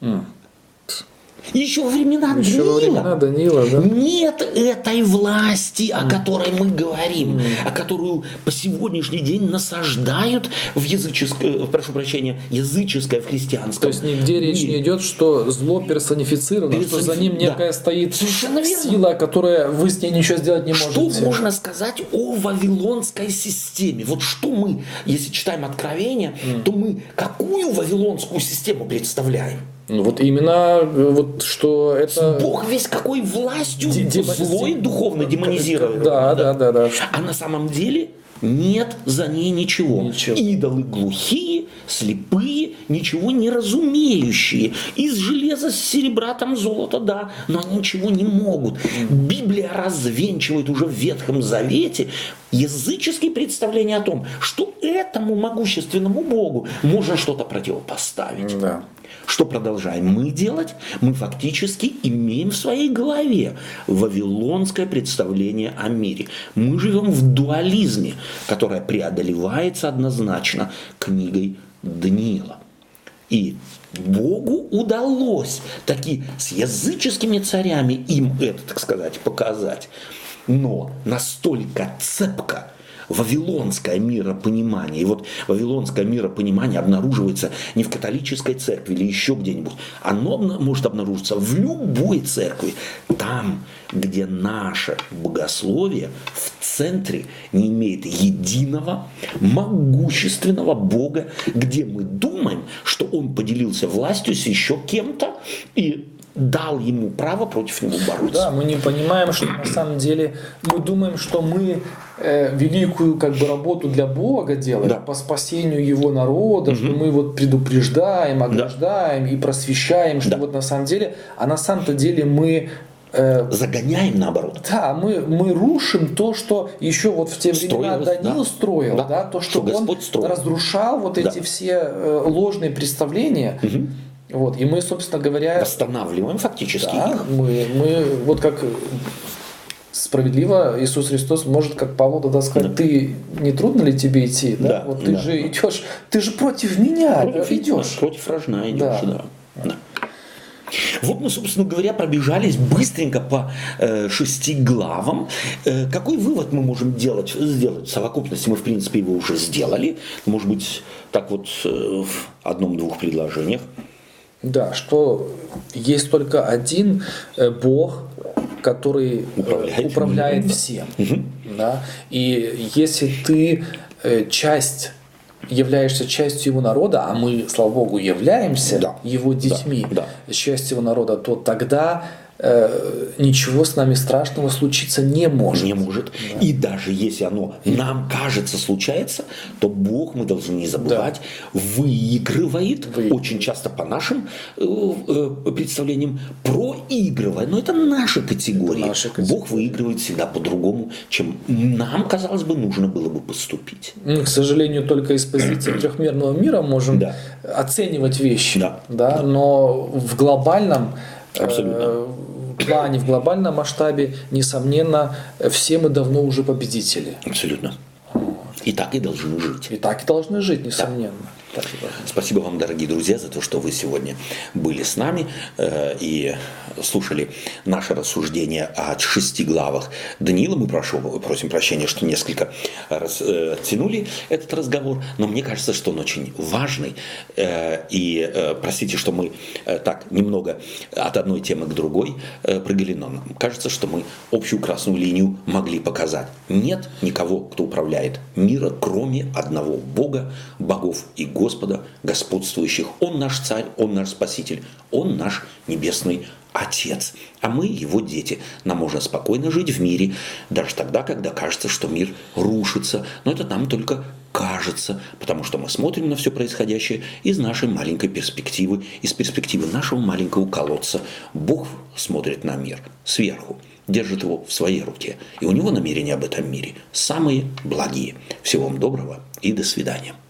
S1: Еще во времена
S2: Даниила, да?
S1: Нет этой власти, о которой мы говорим, о которую по сегодняшний день насаждают в языческое, в христианском.
S2: То есть нигде речь не идет, что зло персонифицировано, что за ним некая стоит сила, которая вы с ней ничего сделать не можете.
S1: Что можно сказать о вавилонской системе? Вот что мы, если читаем Откровение, то мы какую вавилонскую систему представляем?
S2: Вот именно, вот что это...
S1: Бог весь какой властью злой духовно демонизирован.
S2: Да.
S1: А на самом деле нет за ней ничего. Идолы глухие, слепые, ничего не разумеющие. Из железа, с серебра, там золото, да, но они ничего не могут. Библия развенчивает уже в Ветхом Завете языческие представления о том, что этому могущественному Богу можно что-то противопоставить.
S2: Да.
S1: Что продолжаем мы делать? Мы фактически имеем в своей голове вавилонское представление о мире. Мы живем в дуализме, которое преодолевается однозначно книгой Даниила. И Богу удалось таки с языческими царями им это, так сказать, показать. Но настолько цепко вавилонское миропонимание. И вот вавилонское миропонимание обнаруживается не в католической церкви или еще где-нибудь. Оно может обнаружиться в любой церкви. Там, где наше богословие в центре не имеет единого, могущественного Бога, где мы думаем, что Он поделился властью с еще кем-то и дал ему право против него бороться.
S2: Да, мы не понимаем, что на самом деле мы думаем, что мы великую работу для Бога делаем по спасению Его народа, что мы вот предупреждаем, ограждаем и просвещаем, что вот на самом деле, а на самом-то деле мы
S1: загоняем наоборот.
S2: Да, мы рушим то, что еще вот в те времена Даниил строил, то, что он разрушал вот эти все ложные представления. Вот, и мы, собственно говоря...
S1: Восстанавливаем фактически их.
S2: Мы вот как справедливо Иисус Христос может, как Павлу тогда сказать, ты не трудно ли тебе идти? Да? Вот ты же идешь, ты же против меня идешь.
S1: Против рожна идешь, да. Вот мы, собственно говоря, пробежались быстренько по 6 главам. Какой вывод мы можем сделать в совокупности? Мы, в принципе, его уже сделали. Может быть, так вот в одном-двух предложениях.
S2: Да, что есть только один Бог, который управляет всем. Угу. Да? И если ты являешься частью его народа, а мы, слава Богу, являемся его детьми, частью его народа, то тогда ничего с нами страшного случиться не может.
S1: Не может. Да. И даже если оно нам кажется случается, то Бог, мы должны не забывать, выигрывает, очень часто по нашим представлениям, проигрывает. Но это наша категория. Бог выигрывает всегда по-другому, чем нам, казалось бы, нужно было бы поступить.
S2: Мы, к сожалению, только из позиции трехмерного мира можем оценивать вещи. Да. Но в глобальном плане, в глобальном масштабе, несомненно, все мы давно уже победители.
S1: Абсолютно. И так и должны жить.
S2: И так и должны жить, несомненно. Да.
S1: Спасибо вам, дорогие друзья, за то, что вы сегодня были с нами и слушали наше рассуждение о 6 главах Даниила. Мы просим прощения, что несколько растянули этот разговор, но мне кажется, что он очень важный. И простите, что мы так немного от одной темы к другой прыгали, но нам кажется, что мы общую красную линию могли показать. Нет никого, кто управляет миром, кроме одного Бога, богов и Господа, господствующих. Он наш царь, Он наш спаситель, Он наш небесный Отец. А мы его дети. Нам можно спокойно жить в мире, даже тогда, когда кажется, что мир рушится. Но это нам только кажется, потому что мы смотрим на все происходящее из нашей маленькой перспективы, из перспективы нашего маленького колодца. Бог смотрит на мир сверху, держит его в своей руке. И у него намерения об этом мире самые благие. Всего вам доброго и до свидания.